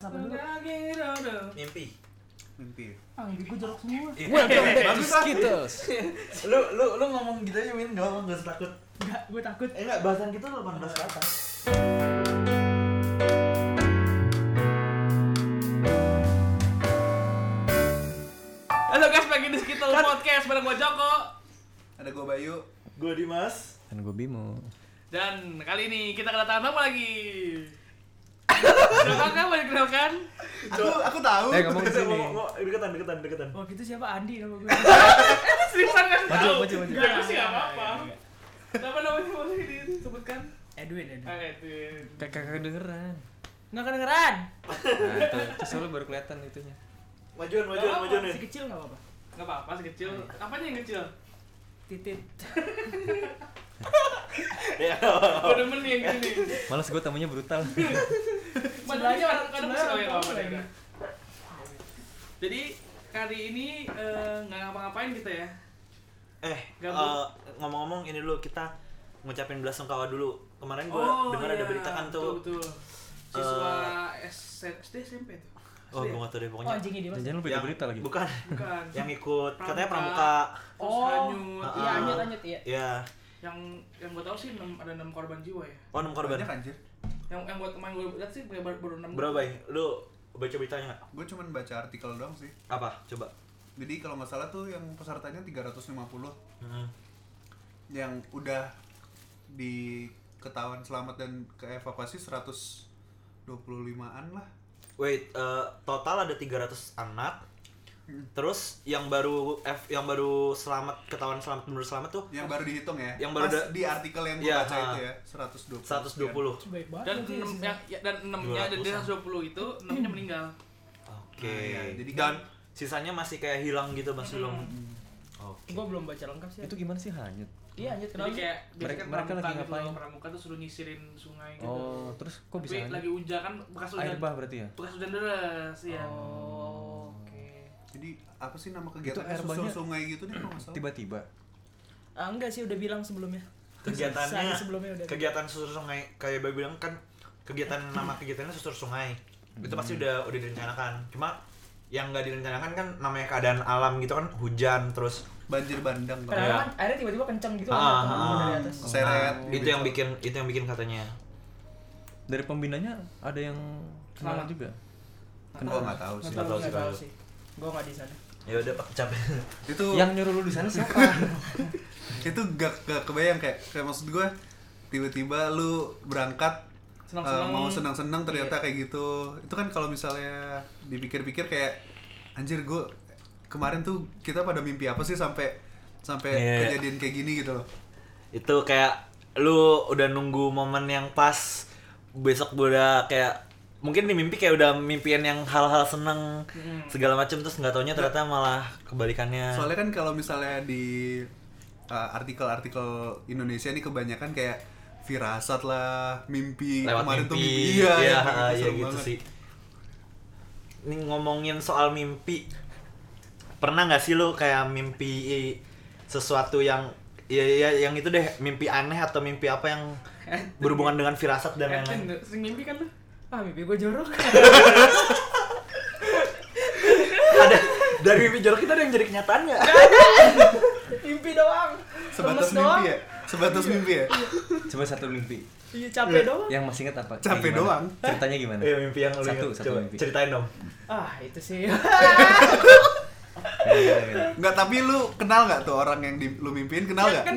apa dulu? Mimpi. Mimpi gue jorok semua. Welcome back to Skittles. Lu ngomong gitu aja Min, enggak usah takut. Enggak, gue takut. Enggak, bahasan kita 18 ke atas. Halo guys, bagi di Skittles Podcast bareng gue Joko. Ada gue Bayu, Gue Dimas. Dan gue Bimo. Dan kali ini kita kedatangan tamu lagi. Siapa kan boleh kenalkan? aku tahu. Ngomong di sini. Deketan. Oh gitu siapa? Andi nama gue. Seriusan nggak tahu? Maju. Enggak sih nggak apa-apa. Nama-namanya boleh disebutkan? Edwin. Edwin. Kakak kedengeran. Nggak kedengeran. Nah, itu soalnya baru kelihatan itunya. Majuan nih. Si kecil nggak apa-apa. Nggak apa-apa sih kecil. Apanya yang kecil? Titit. Gue demen nih yang gini. Malas gue tamunya brutal. Sebelahnya kadang sebelahnya oh ya orang apa lagi. ya. Jadi kali ini nggak ngapa-ngapain kita ya. Ngomong-ngomong ini dulu kita ngucapin belasungkawa dulu. Kemarin gue dengar ada berita kan tuh. Betul. Siswa SD SMP tuh. Oh, gue nggak tahu deh Oh pokoknya. anjing ini mas. Jangan lu beda berita lagi. Bukan. Bukan. Yang ikut katanya Pramuka. pramuka. Terus Oh, hanyut. iya anyut iya. Iya. Yang gue tahu sih ada 6 korban jiwa ya. Oh, 6 korban. Banyak anjir. Yang gue kemarin gue lihat sih baru 6. Berapa, Bay? Lu baca beritanya nggak? Gue cuman baca artikel doang sih. Apa? Coba. Jadi kalau nggak salah tuh yang pesertanya 350 Hmm. yang udah diketahuan selamat dan keevakuasi 125-an lah. Wait, total ada 300 anak. Terus yang baru selamat, ketahuan selamat tuh Yang baru dihitung ya. Yang baru Pas di artikel yang gue Iya, baca itu ya 120. 120. Baik banget. Dan nanti ya, 6 sih. dan 6-nya dari 120 itu 6-nya meninggal. Oke. Nah, iya, jadi Dan kan- sisanya masih kayak hilang gitu, masih belum. Oke. Gue belum baca lengkap sih. Itu gimana sih hanyut? Iya anyut Jadi kenapa? kayak biasanya kan Mereka lagi pramuka gitu ngapain? loh, pramuka tuh suruh nyisirin sungai gitu. Oh, terus kok bisa Tapi hanyut? lagi hujan kan bekas Air hujan. bah berarti ya? Bekas hujan deras ya. Oh, oke. Jadi apa sih nama kegiatannya? air Susur banyak. sungai gitu deh kalau nggak salah. Tiba-tiba. Enggak sih udah bilang sebelumnya. Kegiatannya Sehari sebelumnya udah. kegiatan susur sungai kayak Bayi bilang kan nama kegiatannya susur sungai. Itu pasti udah direncanakan. Cuma yang nggak direncanakan kan namanya keadaan alam gitu kan, hujan terus Banjir bandang kalau. Karena kan airnya tiba-tiba kenceng gitu Ah, dari atas. Seret. itu yang bikin katanya. Dari pembinanya ada yang kenalan Selamat. juga. Gue nggak tahu sih. Nggak tahu sih Nggak kalau. sih. Gue nggak di sana. Ya udah Pak, capek. Itu Yang nyuruh lu di sana siapa? itu gak kebayang kayak maksud gue tiba-tiba lu berangkat Senang-senang. mau senang-senang ternyata kayak gitu. Itu kan kalau misalnya dipikir-pikir kayak anjir gue kemarin tuh kita pada mimpi apa sih sampai Iya. kejadian kayak gini gitu loh. Itu kayak lu udah nunggu momen yang pas, besok udah kayak mungkin di mimpi kayak udah mimpiin yang hal-hal seneng segala macam, terus nggak taunya ternyata malah kebalikannya. Soalnya kan kalau misalnya di artikel-artikel Indonesia nih kebanyakan kayak firasat lah, mimpi lewat kemarin mimpi. tuh mimpi Iya, serem iya gitu banget. sih. Ini ngomongin soal mimpi, pernah nggak sih lu kayak mimpi sesuatu yang yang itu deh, mimpi aneh atau mimpi apa yang berhubungan dengan firasat dan lain-lain? Sering mimpi kan lu? Ah mimpi gue jorok. Ada dari mimpi jorok kita ada yang jadi kenyataan nggak? Mimpi doang. Sebatas Lemes doang. mimpi ya? Sebatas mimpi ya? Coba satu mimpi. Iya capek doang. Yang masih ingat apa? Capek Kayak gimana? doang. Ceritanya gimana? Iya, mimpi yang lu Satu ingat. Coba mimpi. ceritain dong. Ah itu sih. Gimana? Enggak, tapi lu kenal nggak tuh orang yang lu mimpiin, kenal nggak?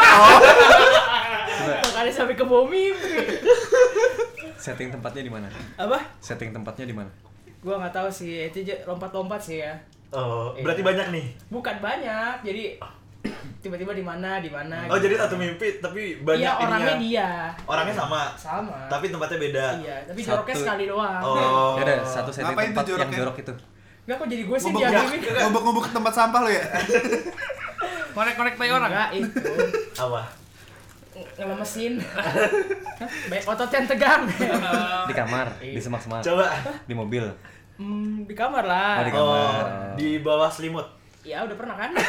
Makanya sampai ke bawah mimpi. Setting tempatnya di mana? Apa? Setting tempatnya di mana? Gua nggak tahu sih. Itu lompat-lompat sih ya. Oh, Iya. berarti banyak nih. Bukan banyak. Jadi tiba-tiba di mana Oh, gitu. jadi satu mimpi tapi banyak Iya orangnya ininya. dia. Orangnya sama, Sama. tapi tempatnya beda. Iya, tapi joroknya Satu. sekali doang. Oh. Ya udah, satu setting Ngapain tuh tempat yang joroknya? jorok itu. Enggak kok jadi gue sih diambil. Ngobok-ngobok ke tempat sampah lu ya? Korek-korek tai orang. Enggak itu. Apa? Ngelemesin. Baik otot yang tegang. Di kamar, Iya. di semak-semak, Coba. di mobil. Di kamar lah. Oh, di Oh, kamar. di bawah selimut. Ya udah pernah kan?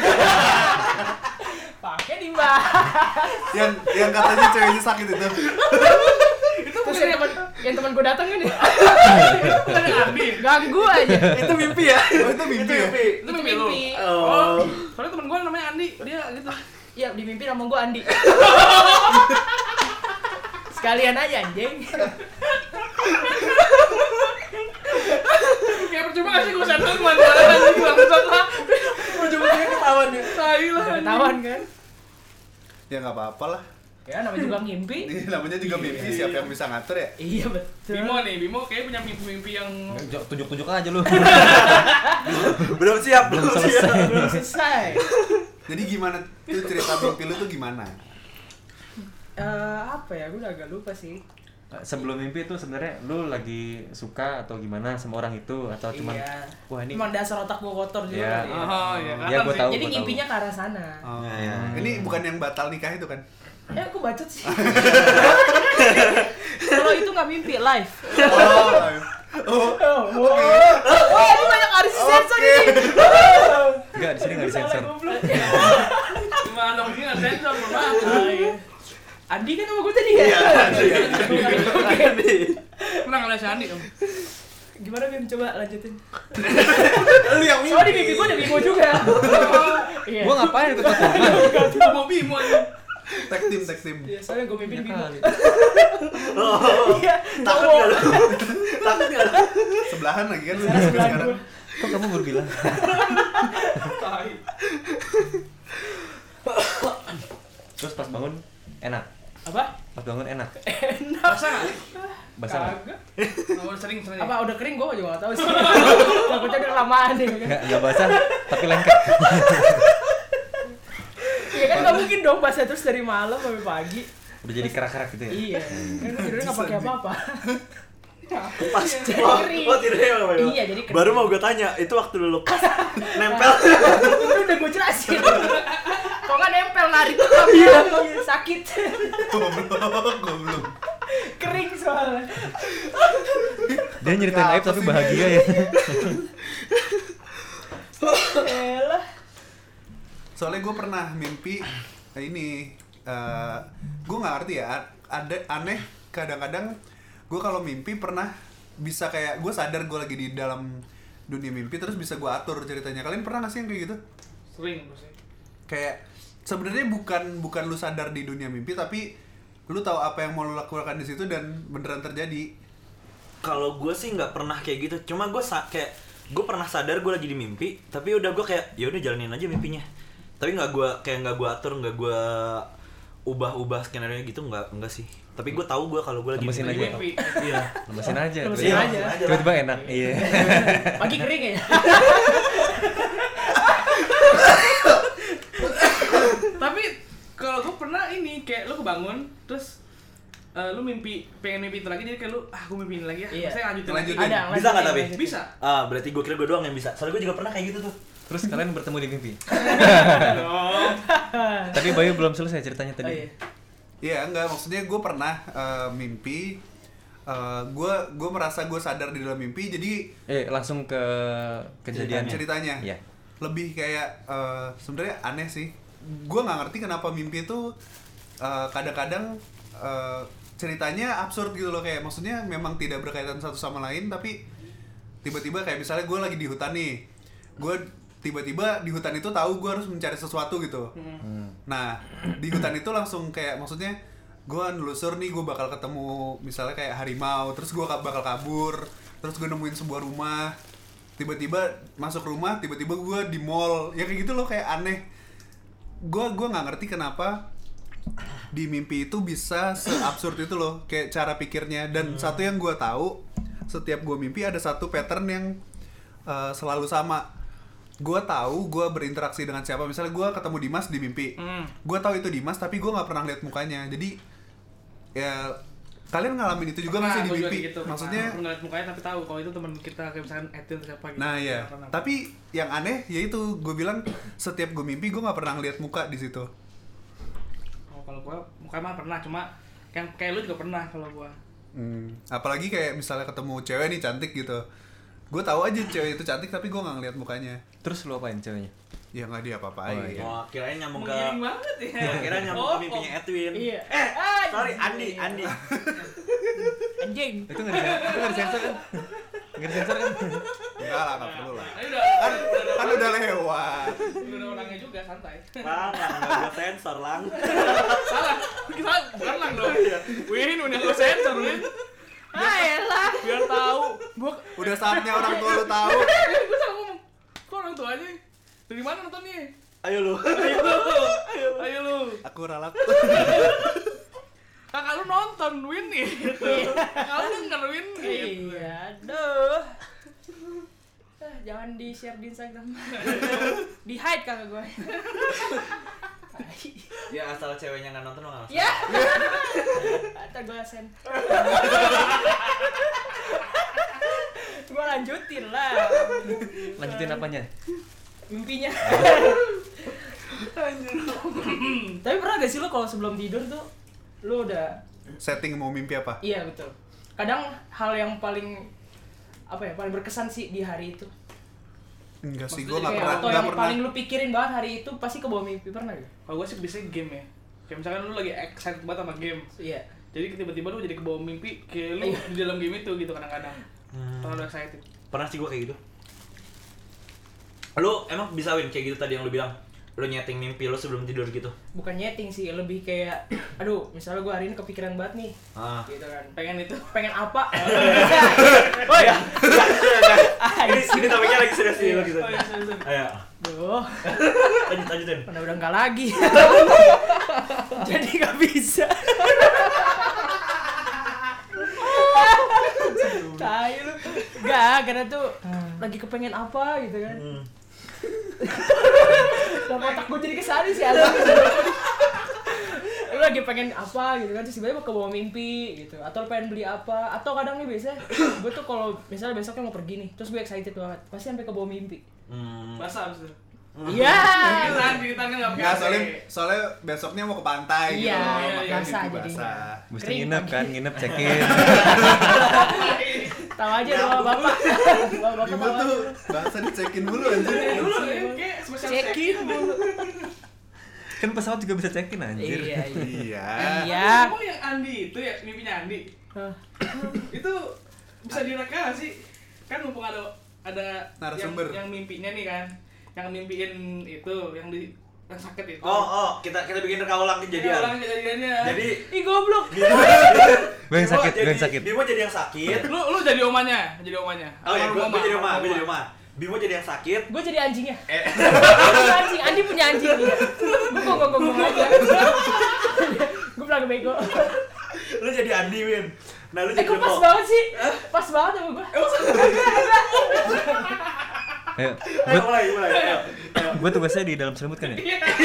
Pakai di mbak. yang katanya ceweknya sakit itu. Itu Terus yang teman gue datang kan ya. Bukan Andi. Ganggu aja. Itu mimpi ya? Oh, itu mimpi ya? Itu mimpi lu. Mimpi. Oh. Soalnya temen gue namanya Andi, dia gitu. Iya, di mimpi nama gue Andi. Sekalian aja anjing. Kayak percuma gak sih gue sensor kemana-mana anjing bangsat lah. Ujung-ujungnya ketahuan ya. Tai lah. Ketahuan kan? Ya nggak apa-apa lah. Ya namanya juga ngimpi. Ini namanya juga mimpi, siapa yang bisa ngatur ya? Iya betul. Bimo kayaknya punya mimpi-mimpi yang Tunjuk-tunjuk aja lu. Belum siap, belum selesai. Belum selesai. Jadi gimana tuh cerita mimpi lu tuh gimana? Apa ya? Gue udah agak lupa sih. Sebelum mimpi itu sebenarnya lu lagi suka atau gimana sama orang itu atau cuman Iya. wah ini Emang dasar otak gue kotor juga. Iya. kali ya. oh iya Ya, gua tahu. Jadi ngimpinya ke arah sana. Oh, Ya. Ini bukan yang batal nikah itu kan? Aku bacot sih. Kalau itu nggak mimpi, live. Oh, Oh, ini banyak artis sensor ini. enggak di sini enggak disensor. cuma dong ini nggak sensor memang. Andi kan sama gue tadi ya? Iya, Pernah ngeliat si Andi dong. Gimana Bim? Coba lanjutin. lu yang mimpi. Soalnya di mimpi gue ada Bimo juga. Iya. Gua ngapain ikut patungan? Mau Bimo aja. Tag team. Iya, soalnya gue mimpi Bimo. Kali. Iya. Takut nggak lu? Takut nggak lu? Sebelahan lagi kan lu Sekarang sebelah sekarang. gue. Kok kamu baru bilang? Tai. Terus pas bangun enak. Apa? Pas bangun enak. Basah nggak? Basah nggak? Kagak. Udah sering. Apa udah kering gue juga gak tahu sih. Takutnya udah kelamaan nih. Enggak basah tapi lengket. Ya kan gak mungkin dong basah terus dari malam sampai pagi. Udah jadi kerak-kerak gitu ya. Iya. Kan gue tidurnya gak pakai apa-apa. Pas. Kering. Oh, tidurnya apa? Iya, jadi kering. Baru mau gue tanya, itu waktu lu lepas nempel. Itu udah gue jelasin. Kok gak nempel narik tuh kabel sakit. Goblok. Kering soalnya. Dia nyeritain aib tapi bahagia ya. Elah. Soalnya gue pernah mimpi ini, gue nggak ngerti ya, ada aneh kadang-kadang gue kalau mimpi pernah bisa kayak gue sadar gue lagi di dalam dunia mimpi terus bisa gue atur ceritanya. Kalian pernah nggak sih yang kayak gitu? Sering pasti. Kayak sebenarnya bukan lu sadar di dunia mimpi tapi lu tahu apa yang mau lu lakukan di situ dan beneran terjadi. Kalau gue sih nggak pernah kayak gitu. Cuma gue kayak gue pernah sadar gue lagi di mimpi, tapi udah gue kayak ya udah jalanin aja mimpinya. Tapi nggak gue atur, nggak gue ubah skenario gitu, nggak sih. Tapi gue tahu gue kalau gue lagi Lemesin mimpi. aja. Mimpi. Iya. Lemesin aja. Lemesin Iya. aja. Tiba-tiba enak. Iya. Pagi kering ya. Tapi kalau gue pernah ini kayak lu kebangun terus lu pengen mimpi itu lagi jadi kayak lu gue mimpi ini lagi ya. Iya. Saya lanjutin. Lanjutin. lagi. Ada. Bisa nggak tapi? Bisa. Berarti gue kira gue doang yang bisa. Soalnya gue juga pernah kayak gitu tuh. Terus kalian bertemu di mimpi. Oh. Tapi Bayu belum selesai ceritanya Oh, tadi. iya. Iya enggak, maksudnya gue pernah mimpi, gue merasa gue sadar di dalam mimpi jadi Langsung ke kejadiannya. ceritanya. Iya. Lebih kayak sebenarnya aneh sih. Gue nggak ngerti kenapa mimpi itu kadang-kadang ceritanya absurd gitu loh, kayak maksudnya memang tidak berkaitan satu sama lain tapi tiba-tiba kayak misalnya gue lagi di hutan nih, gue tiba-tiba di hutan itu tahu gue harus mencari sesuatu gitu. Nah di hutan itu langsung kayak maksudnya gue nelusur nih, gue bakal ketemu misalnya kayak harimau, terus gue bakal kabur, terus gue nemuin sebuah rumah, tiba-tiba masuk rumah, tiba-tiba gue di mall, ya kayak gitu loh, kayak aneh. Gue nggak ngerti kenapa di mimpi itu bisa seabsurd itu loh, kayak cara pikirnya. Dan satu yang gue tahu, setiap gue mimpi ada satu pattern yang selalu sama. Gue tahu gue berinteraksi dengan siapa, misalnya gue ketemu Dimas di mimpi, gue tahu itu Dimas tapi gue nggak pernah lihat mukanya. Jadi ya kalian ngalamin itu juga nggak sih di mimpi? Gitu, Maksudnya ngeliat mukanya tapi tahu kalau itu teman kita kayak misalkan Edwin siapa gitu. nah ya, Pernah. tapi yang aneh yaitu gue bilang setiap gue mimpi gue nggak pernah ngeliat muka di situ. Oh, kalau gua mukanya mah pernah, cuma yang kayak lu juga pernah kalau gua. Apalagi kayak misalnya ketemu cewek nih cantik gitu, gue tahu aja cewek itu cantik tapi gue nggak ngeliat mukanya. Terus lu apain ceweknya? Ya nggak dia-apa-apain. Oh, iya. Oh, kirain nyambung ke Menggiring banget ya. kira nyambung ke mimpinya Edwin. Iya. Sorry, Andi. Anjing. Itu nggak disensor kan? Nggak disensor kan? Enggak lah, nggak perlu lah. Ini udah Kan udah lewat. udah ada orangnya juga, santai. Lang, enggak gua sensor, Lang. Salah. Kita bukan lang dong. Win, udah lo sensor, Win. Ayolah. Biar tahu. Gua Udah saatnya orang tua lu tahu. gua salah ngomong. Kok orang tua aja? Dari mana nontonnya? Ayo lu. Ayo lu. Aku ralat. Kakak lu nonton Win nih. Kakak lu denger Win gitu. Iya, aduh. Jangan di-share di Instagram. Di-hide kakak gue. Ya asal ceweknya nggak nonton nggak masalah. Ya. Atau gue send. Gue lanjutin lah. Lanjutin apanya? Mimpinya. Tapi pernah gak sih lo kalau sebelum tidur tuh lo udah Setting mau mimpi apa? iya betul. Kadang hal yang paling paling berkesan sih di hari itu. Enggak sih, Maksudnya gue nggak Kayak pernah. atau Nggak yang pernah. paling lu pikirin banget hari itu pasti kebawa mimpi, pernah gak? Kalau gue sih biasanya game ya. Kayak misalkan lu lagi excited banget sama game. Iya. Jadi tiba-tiba lu jadi kebawa mimpi kayak lu Iya. di dalam game itu gitu kadang-kadang. Terlalu excited. Pernah sih gua kayak gitu. Lu emang bisa Win kayak gitu tadi yang lu bilang? Lu nyeting mimpi lu sebelum tidur gitu? Bukan nyeting sih, lebih kayak aduh, misalnya gue hari ini kepikiran banget nih. Ah. Gitu kan. Pengen itu. Pengen apa? Oh ya. Ini topiknya lagi serius nih lu gitu. Oh, iya, serius. Ayo. Duh, Lanjutin. mana udah enggak lagi. Jadi gak bisa. Tai lu. Enggak, karena tuh lagi kepengen apa gitu kan. Dan otak gue jadi kesana sih lu lagi pengen apa gitu kan, terus tiba-tiba ke bawah mimpi gitu, atau lu pengen beli apa, atau kadang nih biasanya gue tuh kalau misalnya besoknya mau pergi nih, terus gue excited banget, pasti sampai ke bawah mimpi. Basah abis itu. Iya. Kita kan nggak Nggak, pakai. soalnya besoknya mau ke pantai gitu. Iya, Makanya basah mimpi jadinya. basah. Mesti Kering nginep pagi. kan, nginep check-in. Tahu aja dong bapak. Bapak Ibu tahu tuh aja. bahasa dicekin dulu anjir. Dulu ya, kayak spesial Check-in mulu. Kan pesawat juga bisa check-in anjir. Iya, iya. Iya. Iya. Emang yang Andi itu ya, mimpinya Andi. Hah. Itu bisa direka nggak sih? Kan mumpung ada Narasumber. yang mimpinya nih kan. Yang mimpiin itu, yang sakit itu. Oh, kita bikin reka ulang kejadian. Orang kejadiannya. Jadi Ih goblok. Gue yang sakit, gue yang sakit. Bimo jadi yang sakit. lu jadi omanya, jadi omanya. Oh ya, gue jadi Oma. oma. Bimo jadi yang sakit. Gue jadi anjingnya. Anjing, Andi punya anjing dia. Gue aja. Gue bilang bego. Lu jadi Andi, Win. Nah, lu jadi Kok pas Joko. banget sih? Pas banget sama gue. Ayo, Ayo mulai. Ayo. gue tugasnya di dalam selimut kan ya?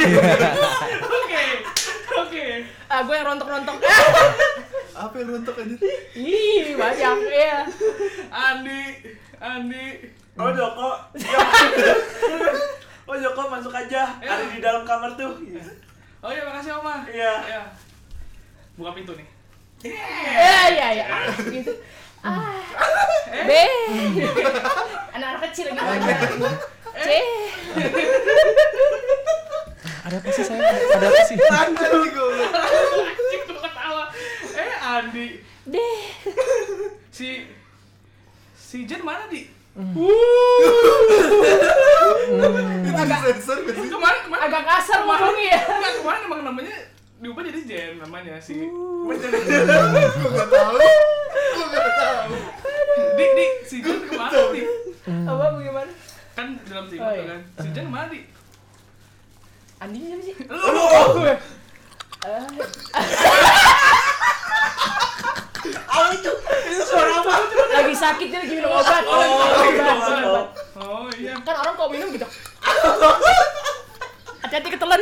Oke. Ah, gue yang rontok-rontok. Apa yang rontok anjir? Ih, banyak ya. Andi. Oh, Joko. Oh, Joko masuk aja. Ada di dalam kamar tuh. Oh iya, makasih Oma. Iya. Buka pintu nih. Iya. Gitu. B. Anak-anak kecil gitu aja. C. Ada apa sih saya? Ada apa sih? Anjir nih gue. Anjing tuh ketawa. Andi. D. Si Jen mana, Di? Itu disensor gak sih? Kemarin Agak kasar ngomongnya ya. Enggak, kemarin emang namanya diubah jadi Jen namanya si. Gue gak tahu. Dik, si Jen kemana, Dik? Apa bagaimana? Kan dalam tim Oh, itu iya. kan. Si Jen kemana, Dik? Andi siapa sih? Itu suara apa? Lagi sakit dia lagi minum obat. Obat. Oh iya. Kan orang kalau minum gitu. Hati-hati ketelan.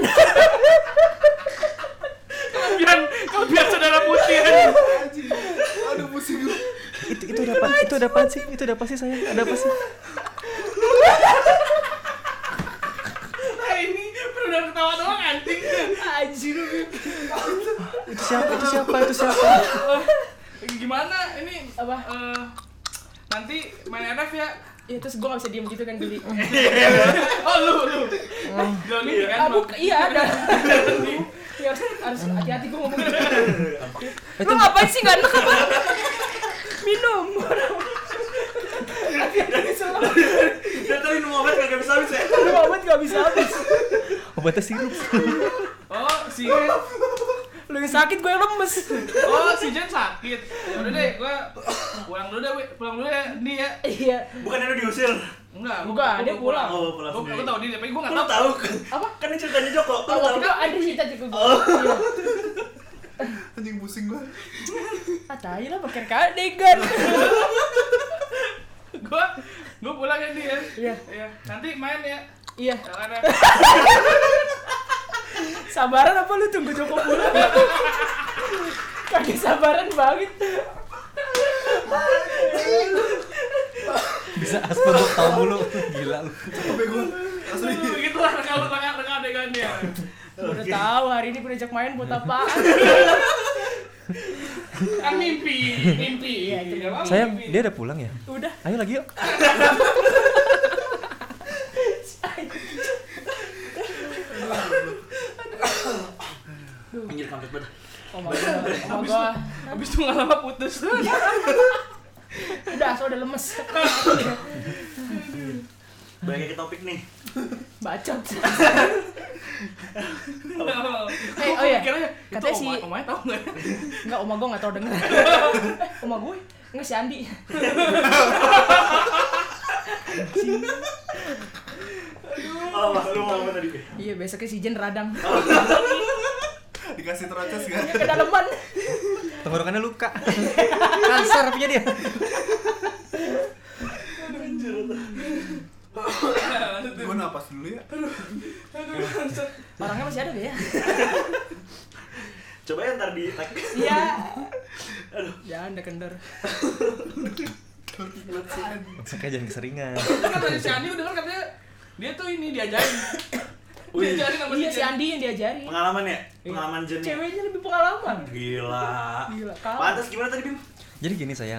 Kelebihan saudara putih. Anjir. Aduh pusing gue. Itu ada apa? Itu ada apa sih? Itu ada apa sih saya? Ada apa sih? Nah ini udah ketawa doang anjing. Anjir. Itu siapa? Gimana ini? Apa? Nanti main NF ya. Ya terus gue gak bisa diem gitu kan geli. Oh lu. Johnny kan. Iya ada. Ya harus hati-hati gue ngomong gitu. Lu ngapain sih gak enak apa? minum. Dia tadi minum obat kagak bisa habis ya. Minum obat gak bisa habis. Obatnya sirup. Oh, si Lu yang sakit, gue yang lemes. si Jen sakit. Ya udah deh, gua pulang dulu ya, nih ya. Iya. Bukannya lu diusir? Enggak, Bukan, dia pulang. Oh, pulang sendiri. Gua tahu dia, tapi gua enggak Lu tahu. tahu? Apa? Kan ini ceritanya Joko. Lu Oh, tahu? itu ada cerita juga gue. Iya. Anjing pusing gua. Tai lah pakai kadegan. Gua pulang ya nih ya. Iya. Iya, nanti main ya. Iya. Jangan ya. Sabaran apa lu tunggu Joko pulang? Kagak sabaran banget. Bisa aspal gua tahu mulu. Gila lu. Sampai gua asli. Begitulah reka adegannya. Udah tahu hari ini gue diajak main buat apaan? Kan mimpi. Iya, itu mimpi. Sayang, dia udah pulang ya? Udah. Ayo lagi yuk. Anjir kampret banget. Oh my god. Habis itu nggak lama putus. Udah, udah lemes. Balik ke topik nih. Bacot. Oh iya. Katanya Katanya si omanya tahu nggak? enggak, oma gue enggak tahu denger. Oma gue enggak si Andi. Oh, lu mau apa tadi? Iya, besoknya si Jen radang. Dikasih terocos kan? Dia kedalaman. Tenggorokannya luka. Kanker punya dia. Gua napas dulu ya. Orangnya masih ada deh ya. Coba ya ntar di tag. Iya. Jangan deh kendor. Makanya jangan keseringan. Kan tadi si Andi udah katanya dia tuh ini diajarin. Diajarin sama Iya, si Andi yang diajarin. Pengalaman ya? Pengalaman Jen ya? Ceweknya lebih pengalaman. Gila. Gila, kalah. Pantas gimana tadi, Bim? Jadi gini sayang.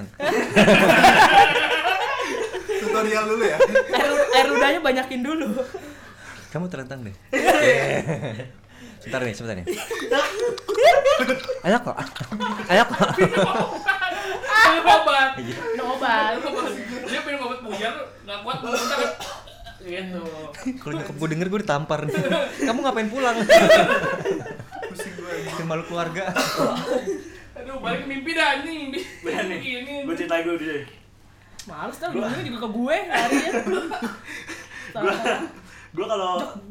Tutorial dulu ya. Air ludahnya banyakin dulu. Kamu terlentang deh. Sebentar nih. Ayo kok. minum obat. Minum obat. Dia pengen obat buyar, nggak kuat bentar. Gitu. Kalau nyokap gue denger gue ditampar nih. Kamu ngapain pulang? Pusing gua. Bikin malu keluarga. Aduh, balik ke mimpi dah ini mimpi. Bener nih. Ini. Gue ceritain gue dulu deh. Males tau, dulu juga ke gue harian. Gue kalau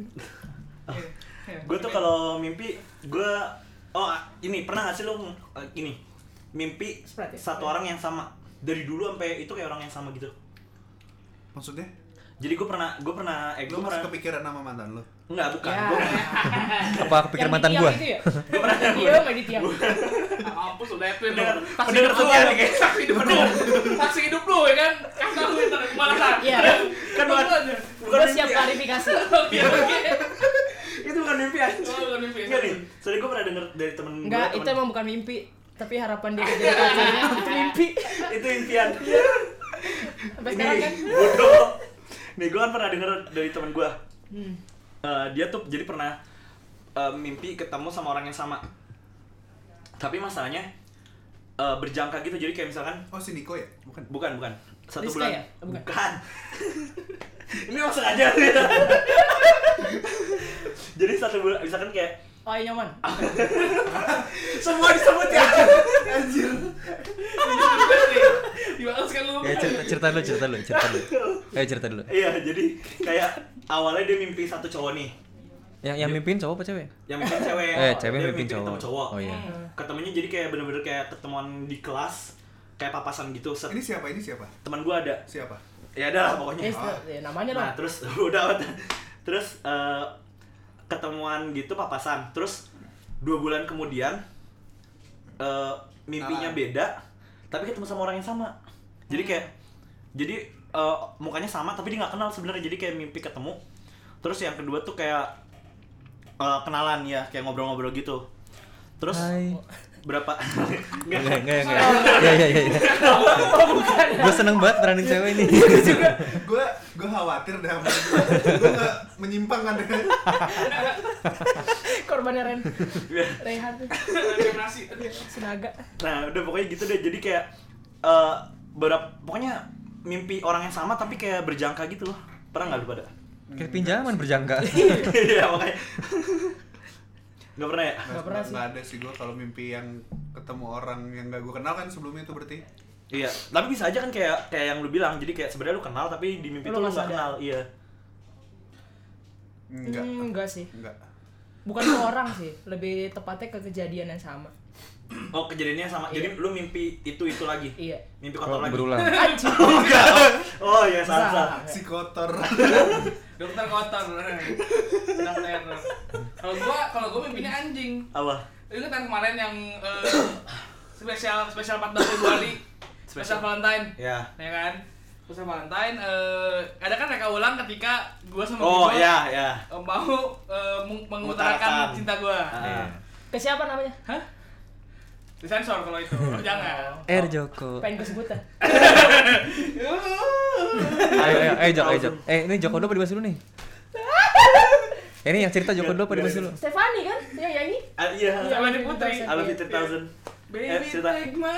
gue tuh kalau mimpi gue ini pernah nggak sih lo ini mimpi Sprite ya? satu orang yang sama dari dulu sampai itu kayak orang yang sama gitu. Maksudnya? Jadi gue pernah Lu gue masih pernah kepikiran nama mantan lu? enggak bukan Ya. gue Apa kepikiran mantan gue? Iya, sama di tiang. Hapus udah itu Pendengar- taksi pendengar hidup semua lu, nih, kayak. taksi hidup lu, taksi hidup lu ya kan, kata lu ntar kemalasan. Iya. kan bukan Gue siap mimpi ya. klarifikasi. Oke. Itu bukan mimpi ya. Oh, bukan mimpi. Enggak nih. Soalnya gue pernah denger dari temen gue. Enggak, itu emang bukan mimpi. Tapi harapan dia jadi pacarnya itu mimpi. Itu impian. Sampai sekarang kan. Bodoh. Nih gue kan pernah denger dari temen gue. Hmm. Dia tuh jadi pernah mimpi ketemu sama orang yang sama. Tapi masalahnya berjangka gitu. Jadi kayak misalkan Oh, si Niko ya? Bukan. bukan. Satu Rizka bulan. ya? Bukan. Bukan. Ini emang sengaja. Jadi satu bulan misalkan kayak Oh, iya nyaman. semua disebut ya. Anjir. Dibalas kan lu. Ya cerita dulu. Ayo cerita dulu. Iya, jadi kayak awalnya dia mimpi satu cowok nih. Yang mimpin cowok apa cewek? Yang mimpin cewek. Cewek Dia mimpin ketemu cowok. Oh iya. Ketemunya jadi kayak bener-bener kayak ketemuan di kelas, kayak papasan gitu. Ini siapa? Teman gua ada. Siapa? Ya ada lah pokoknya. Ya, namanya Nah, dong. terus terus ketemuan gitu papasan. Terus 2 bulan kemudian mimpinya beda, tapi ketemu sama orang yang sama. Jadi mukanya sama tapi dia nggak kenal sebenarnya. Jadi kayak mimpi ketemu. Terus yang kedua tuh kayak kenalan ya, kayak ngobrol-ngobrol gitu. Terus Hai. berapa Enggak. Iya. Gue seneng banget beranin cewek ini. Gue khawatir deh sama dia. Gue nggak menyimpang kan deh. Korbannya Rehan tuh. Regenerasi. Senaga. Nah udah pokoknya gitu deh. Jadi kayak pokoknya mimpi orang yang sama tapi kayak berjangka gitu loh. Pernah nggak lu pada? Kayak pinjaman berjangka. Iya makanya. Nggak pernah ya? Nggak pernah sih. Nggak ada sih gue kalau mimpi yang ketemu orang yang gak gue kenal kan sebelumnya itu berarti. Iya, tapi bisa aja kan kayak yang lu bilang. Jadi kayak sebenarnya lu kenal tapi di mimpi Lu itu lu nggak nggak sadar. kenal. Iya. Enggak sih. Enggak. Bukan ke orang sih, lebih tepatnya ke kejadian yang sama. Oh, kejadiannya sama. Iya. Jadi lu mimpi itu lagi. Iya. Mimpi Oh, kotor lagi. berulang. Anjing. Oh, enggak. Oh, ya salah. Si kotor. Dokter kotor. Dokter. Kalau gua mimpinya anjing. Apa? Ingat yang kemarin yang spesial 14 Februari, spesial Valentine. Ya. Ya kan? Spesial Valentine ada kan reka ulang ketika gua sama Oh, gua ya. mau mengutarakan cinta gua. Ah. Ke siapa namanya? Hah? Disensor kalau itu. Oh, jangan. Joko. Pengen gue sebut Ayo Jok. Ini Joko dulu apa dibahas dulu nih? Ini yang cerita Joko dulu apa dibahas dulu? Stefani kan yang nyanyi? Iya. Stefani Putri. I love you 3000. Baby cerita. take my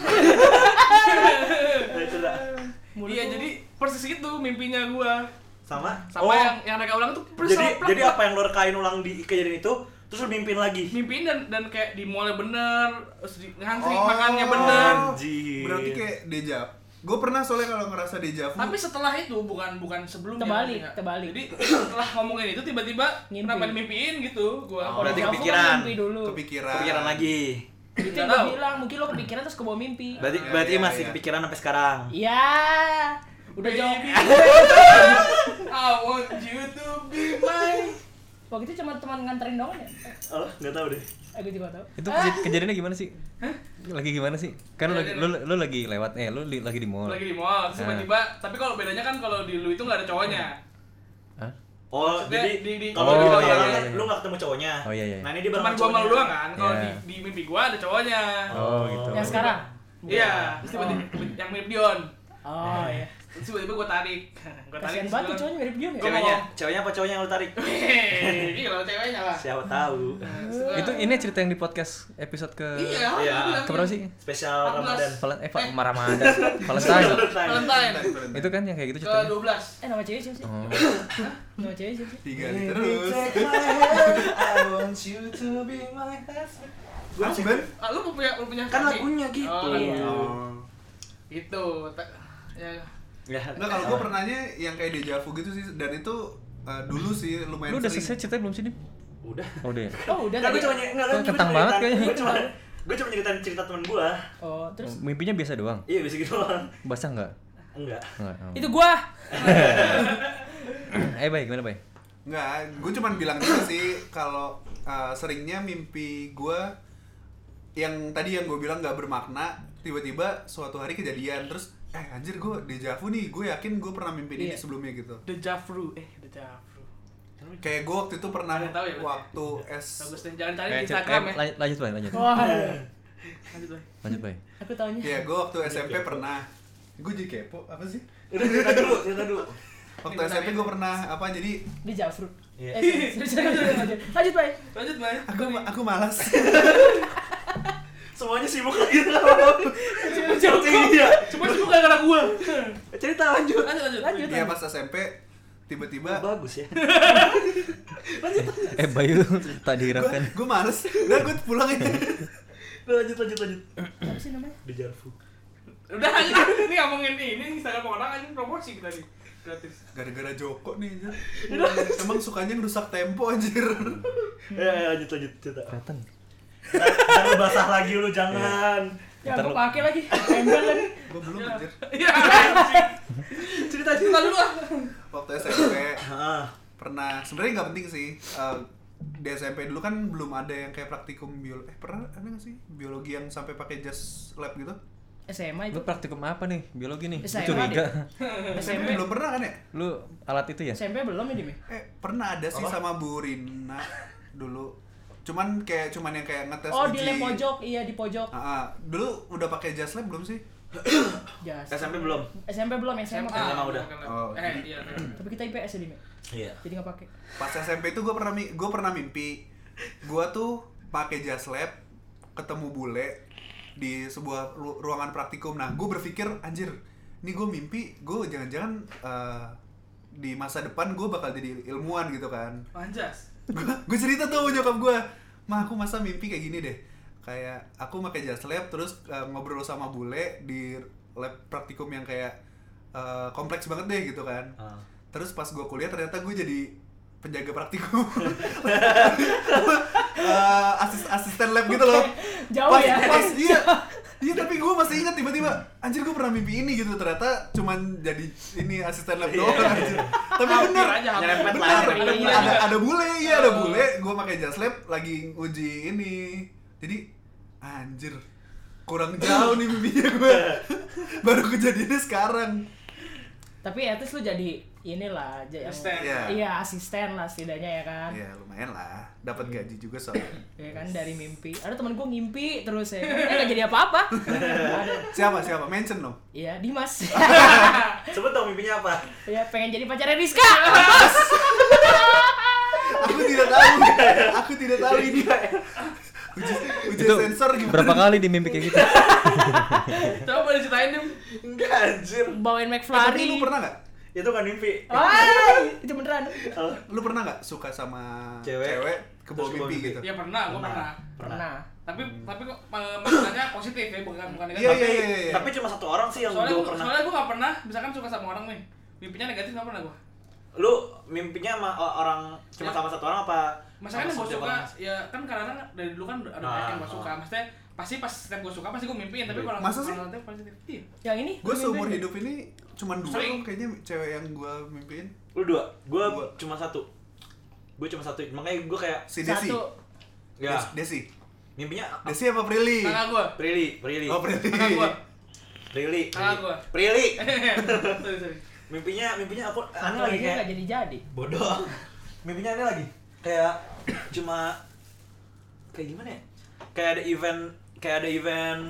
Cerita. Iya, jadi persis itu mimpinya gua. Sama? Sama yang reka ulang tuh persis sama Jadi plak. apa yang lu rekain ulang di kejadian itu, terus lu mimpiin lagi? Mimpiin dan kayak di mallnya bener, terus di ngantri makannya bener. Anjir. Berarti kayak deja. Gue pernah soalnya kalau ngerasa deja vu. Tapi setelah itu bukan sebelumnya. Terbalik, ngerti nggak? terbalik. Jadi setelah ngomongin itu tiba-tiba Ngimpi. kenapa dimimpiin gitu gua. Oh, berarti Kalau aku kepikiran. kan mimpi dulu. Kepikiran lagi. Itu Nggak yang gue tahu. bilang, mungkin lo kepikiran terus kebawa mimpi. Berarti Iya, masih iya. kepikiran sampai sekarang. Iya. Udah jauh. Baby, I want you to be mine. Waktu itu cuma teman nganterin doang ya? Oh, enggak tahu deh. Aku juga tahu. Itu kejadiannya gimana sih? Lagi gimana sih? Kan lu lagi lewat lagi di mall. Lagi di mall, terus tiba-tiba, tapi kalau bedanya kan kalau di lu itu nggak ada cowoknya. Hah? Oh, Maksudnya jadi di kalau Oh, di iya, orang iya, kan iya. lu enggak ketemu cowoknya. Oh, iya, iya. Nah, ini dia bareng Cuman gua sama lu doang kan, kalau Iya. di mimpi gua ada cowoknya. Oh, gitu. Yang sekarang? Iya, terus tiba-tiba yang mirip Dion. Oh iya. Terus tiba-tiba gua tarik. Kasian banget tuh cowoknya mirip dia ya? Ceweknya apa cowoknya yang lu tarik? Iya, kalau ceweknya lah. Siapa tahu. Ini cerita yang di podcast episode ke Iya, Iya. gua bilang keberapa sih? Spesial 14. Ramadan. Ramadan. Valentine. Valentine. Itu kan yang kayak gitu Ke ceritanya. 12. Nama cewek siapa sih? Oh. Nama cewek siapa sih? Tiga terus. I want you to be my husband. Ah, Ben? Ah, lu punya Kan kaki? lagunya gitu. Oh, Iya. Oh. itu. Ya. Ya. Nggak, kalau gue pernahnya yang kayak deja vu gitu sih, dan itu dulu sih lumayan Lu udah sering. selesai ceritanya belum sih, Dim? Udah. Oh, udah ya? Oh udah Enggak, tadi. gue cuma Kentang banget kayaknya. Gue cuma nyeritain cerita temen gue. Oh terus Mimpinya biasa doang. Iya, bisa gitu doang. Basah enggak? Enggak. Enggak. Oh. itu gua. Baik, gimana, Bay? Nggak, gue cuman bilang juga sih kalau seringnya mimpi gue yang tadi yang gue bilang nggak bermakna, tiba-tiba suatu hari kejadian, terus anjir gue deja vu nih, gue yakin gue pernah mimpi ini Iya. sebelumnya gitu. Deja vu. Deja vu. Kayak gue waktu itu pernah Kalian tahu ya, berarti? waktu Bagus deh, jangan cari di Cer- Instagram ya. lanjut, Bay, lanjut. Wah. Lanjut, Boy. Lanjut, Bay. Aku taunya. Kayak gue waktu SMP pernah. Gue jadi kepo apa sih? Udah cerita dulu. Waktu SMP gue pernah apa, jadi Di Jafrut. Iya. Lanjut Bay. Lanjut, Boy. aku malas. Semuanya sibuk lagi. Iya. Cuma sih bukan gara gua. Cerita lanjut. Lanjut. Iya pas SMP tiba-tiba Bagus ya. Bayu tak diharapkan. gue males, udah gue pulang aja. Lanjut. Apa sih namanya? Di Jarfu. Udah aja. Ini ngomongin ini Instagram orang aja promosi kita nih. Gratis. Gara-gara Joko nih anjir. Emang sukanya ngerusak tempo anjir. Ya, lanjut cerita. Kelihatan. Jangan basah lagi lu, jangan. Ya Ntar aku lu- pakai lagi. Embel lagi. Gue belum anjir. Iya. Cerita dulu ah. Waktu SMP Heeh. pernah, sebenarnya nggak penting sih. Di SMP dulu kan belum ada yang kayak praktikum biologi. Pernah ada nggak sih biologi yang sampai pakai jas lab gitu? SMA itu. Lu praktikum apa nih? Biologi nih. Gua SMA curiga. SMP Belum pernah kan ya? Lu alat itu ya? SMP belum ya Dim? Pernah ada sih Apa? sama Bu Rina dulu. Cuman yang kayak ngetes Oh uji. di lab pojok, iya di pojok. Dulu udah pakai jas lab belum sih? Jas. SMP belum? SMP belum, SMA. SMA udah. Oh. Iya. Tapi kita IPS ya Dim. Iya. Jadi nggak pakai. Pas SMP itu gue pernah mimpi gue tuh pakai jas lab, ketemu bule, di sebuah ruangan praktikum. Nah, gue berpikir anjir, ini gue mimpi, gue jangan-jangan di masa depan gue bakal jadi ilmuwan gitu kan. Anjas. Gue cerita tuh nyokap gue, mah aku masa mimpi kayak gini deh, kayak aku pakai jas lab terus ngobrol sama bule di lab praktikum yang kayak kompleks banget deh gitu kan. Terus pas gue kuliah ternyata gue jadi penjaga praktikum. Asisten lab gitu loh. Jauh ya. Iya tapi gue masih ingat tiba-tiba anjir gue pernah mimpi ini gitu, ternyata cuman jadi ini asisten lab doang anjir. Tapi bener Nyerempet bener, lah. ada bule, iya ada bule, gue pakai jas lab lagi uji ini. Jadi anjir kurang jauh nih mimpinya gue. Baru kejadiannya sekarang. Tapi at least lu jadi inilah aja yang Asisten. iya asisten lah setidaknya ya kan. Ya lumayan lah, dapat gaji juga soalnya. Ya kan dari mimpi. Ada temen gue ngimpi terus ya. Nggak jadi apa-apa. Ada. Siapa? Mention dong. Iya Dimas. Sebut dong mimpinya apa? Ya pengen jadi pacarnya Rizka. Aku tidak tahu ini. Uji Itu sensor gimana? berapa kali di mimpi kayak gitu? Coba boleh ceritain dong. Enggak anjir. Bawain Tapi McFlurry. lu pernah nggak? Itu kan mimpi. Itu beneran. Lu pernah nggak suka sama Cewek, ke bawah terus ke bawah mimpi mimpi? gitu? Ya pernah, gua pernah. Pernah. Tapi kok maksudnya positif ya, bukan negatif. Iya. Tapi cuma satu orang sih yang gue pernah. Soalnya gue gak pernah, misalkan suka sama orang nih, mimpinya negatif gak pernah gue. Lu mimpinya sama orang cuma Ya. sama satu orang apa? Masalahnya sama gue setiap suka, orang? ya kan kadang-kadang dari dulu kan ada banyak yang gue suka. Maksudnya pasti pas setiap gue suka pasti gue mimpiin, tapi kalau Masa sih? negatif positif. Iya. Yang ini Gue seumur mimpi. hidup ini cuma 2 Sering. kayaknya cewek yang gue mimpiin. Lu 2, gue Dua. cuma 1. Gue cuma 1, makanya gue kayak Si Desi. Satu. ya Desi. mimpinya Desi apa Prilly? Kakak gue. Prilly. Oh Prilly. Kakak gue. Kakak gue. Prilly. Sorry. Mimpinya aku aneh Satu lagi lagi kayak nggak jadi. bodoh. Mimpinya aneh lagi. Kayak cuma kayak gimana ya? Kayak ada event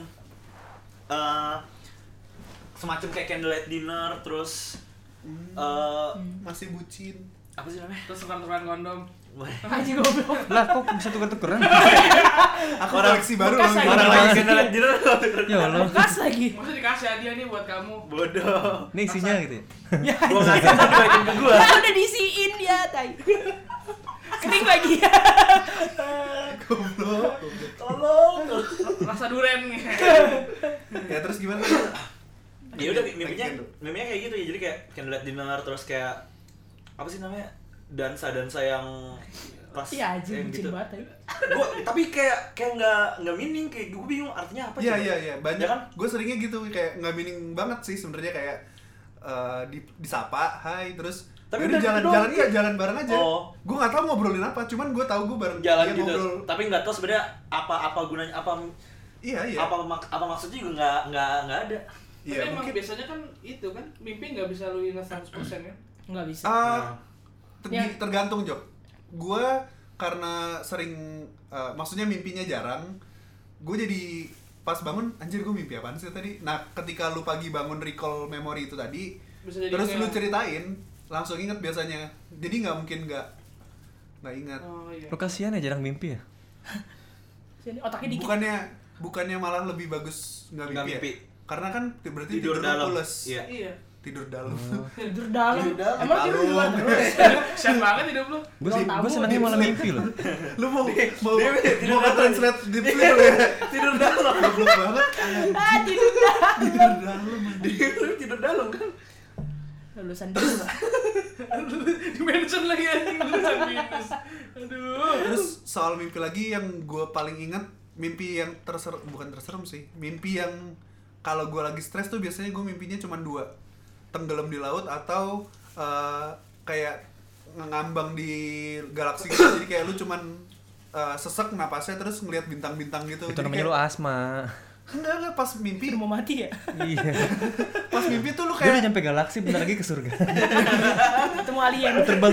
semacam kayak candlelight dinner terus Masih bucin. apa sih namanya? Terus tukeran kondom. Aji goblok. Lah kok bisa tuker-tukeran? Aku koleksi baru bekas loh. lagi. Orang lagi candlelight dinner. Ya Allah. Bekas lagi. Maksudnya dikasih hadiah nih buat kamu. Bodoh. Ini isinya gitu ya. Ya. Gua ngasih tapi balikin ke gua. Ya udah diisiin dia, tai. Kering lagi ya. Tolong. Rasa duren nih. Ya terus gimana? Ya udah mimpinya kayak gitu ya. Jadi kayak candlelight dinner terus kayak apa sih namanya? Dansa yang pas Iya aja yang bucin banget. Tai. Gua tapi kayak nggak meaning, kayak gue bingung artinya apa. coba? Iya. Banyak Ya kan? Gue seringnya gitu kayak nggak meaning banget sih sebenarnya, kayak disapa, hai, terus Tapi yaudah udah jalan gitu doang, jalan bareng aja. Oh. Gue nggak tahu ngobrolin apa, cuman gue tahu gue bareng Jalan dia gitu. ngobrol. Tapi nggak tahu sebenarnya apa gunanya, Iya. apa maksudnya juga nggak ada. Tapi Iya emang mungkin. biasanya kan itu kan mimpi nggak bisa lu ingat 100% kan? Nggak bisa. Ter- tergantung Jok. Gue karena sering maksudnya mimpinya jarang, gue jadi pas bangun anjir gue mimpi apaan sih tadi. Nah ketika lu pagi bangun recall memori itu tadi, Bisa jadi terus kayak- lu ceritain langsung inget biasanya. Jadi nggak mungkin nggak ingat. Oh iya. Lu kasihan ya jarang mimpi ya? Sini otaknya dikit. Bukannya malah lebih bagus nggak Nggak mimpi, mimpi. ya? Karena kan berarti Tidur lu dalam. pules. Iya. Iya. Tidur dalam. Tidur dalam. Tidur dalam. Emang tidur di luar terus. Siap banget hidup lu. Gue senangnya malah mimpi loh. Lu mau tidur dalam. translate deep sleep ya? Tidur dalam. Goblok banget. Ah, tidur dalam. Tidur dalam. Tidur dalam kan. Lulusan dulu. Dimension lagi anjing lulusan minus. Aduh. Terus soal mimpi lagi yang gue paling ingat, mimpi yang bukan terserem sih, mimpi yang kalau gue lagi stres tuh biasanya gue mimpinya cuma 2, tenggelam di laut atau kayak ngambang di galaksi gitu. Jadi kayak lu cuman sesek napasnya terus ngelihat bintang-bintang gitu. Itu Jadi namanya lu kayak, asma. enggak pas mimpi, Udah mau mati ya? Iya. pas mimpi tuh lu Gue udah kayak nyampe galaksi, bentar lagi ke surga. Ketemu alien. Terbang.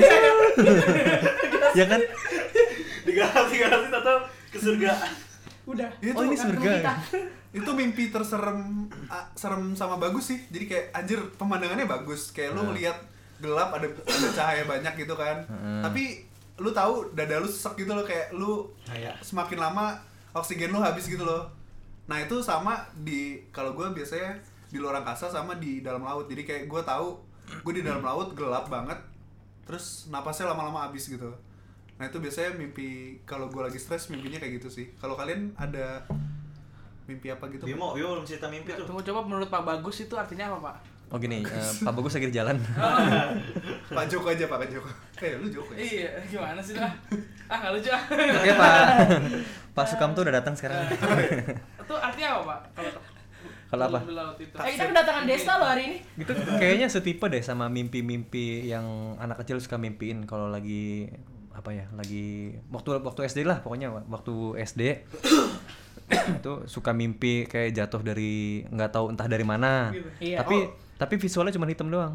Ya kan? Di galaksi atau ke surga. Udah. Itu- Oh ini ketemu surga. kita. itu mimpi terserem, serem sama bagus sih. Jadi kayak anjir pemandangannya bagus, kayak lu ngeliat gelap, ada cahaya banyak gitu kan. Tapi lu tahu dada lu sesek gitu loh, kayak lu Kayak semakin lama oksigen lu habis gitu loh. Nah itu sama kalau gue biasanya di luar angkasa sama di dalam laut. Jadi kayak gue tahu gue di dalam laut gelap banget, terus napasnya lama-lama habis gitu. Nah itu biasanya mimpi kalau gue lagi stres, mimpinya kayak gitu sih. Kalau kalian ada mimpi apa gitu? Bimo belum cerita mimpi tuh. Tunggu, coba menurut Pak Bagus itu artinya apa, Pak? Oh gini, Pak Bagus lagi di jalan. Pak Joko aja, Pak Joko. Lu Joko ya? Iya, gimana sih lah? Nggak lucu ah. Oke Pak Sukamto udah datang sekarang. Itu artinya apa, Pak? Kalau apa? Di laut itu. Kita kedatangan Desta loh hari ini. Gitu kayaknya setipe deh sama mimpi-mimpi yang anak kecil suka mimpiin kalau lagi apa ya, lagi waktu SD lah pokoknya, waktu SD itu suka mimpi kayak jatuh dari nggak tahu entah dari mana. Iya. Tapi visualnya cuma hitam doang.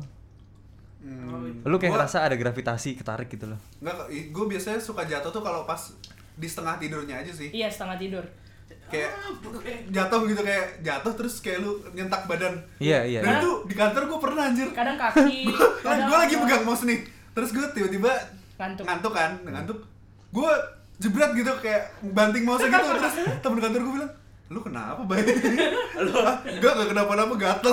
Lu kayak ngerasa ada gravitasi ketarik gitu loh. Enggak, gue biasanya suka jatuh tuh kalau pas di setengah tidurnya aja sih. Iya, setengah tidur. Kayak jatuh gitu, kayak jatuh terus kayak lu nyentak badan. Iya. Dan itu di kantor gue pernah anjir. Kadang kaki. Gue lagi pegang mouse nih, terus gue tiba-tiba ngantuk kan, gue jebret gitu kayak banting mouse gitu, terus temen kantor gue bilang, lu kenapa Bay? Enggak kenapa-napa, gatel.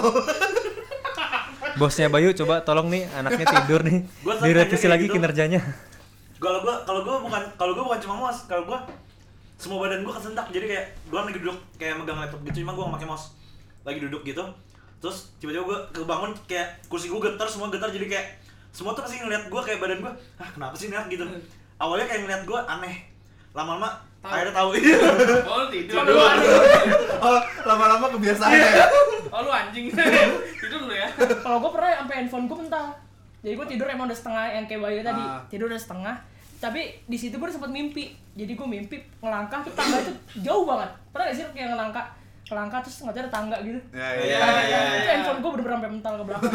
Bosnya Bayu coba tolong nih anaknya tidur nih. Direvisi lagi gitu kinerjanya. Kalau gue bukan cuma mouse, kalau gue semua badan gue kesentak, jadi kayak gue lagi duduk kayak megang laptop gitu, cuma gue nggak pakai mouse, lagi duduk gitu, terus tiba-tiba gue kebangun kayak kursi gue getar, semua getar, jadi kayak semua tuh pasti ngeliat gue kayak badan gue, kenapa sih ngeliat gitu. Awalnya kayak ngeliat gue aneh, lama-lama akhirnya tahu. Oh, tidur. Oh, lama-lama kebiasaan ya. Oh, lu anjing. Tidur lu ya. Kalau gue pernah sampai handphone gue mentah. Jadi gue tidur emang udah setengah yang kayak Bayu tadi. Tidur udah setengah. Tapi di situ gue sempat mimpi. Jadi gue mimpi ngelangkah tuh tangga itu jauh banget. Pernah gak sih kayak ngelangkah terus nggak ada tangga gitu? Iya. Itu handphone gue bener-bener sampai mental ke belakang.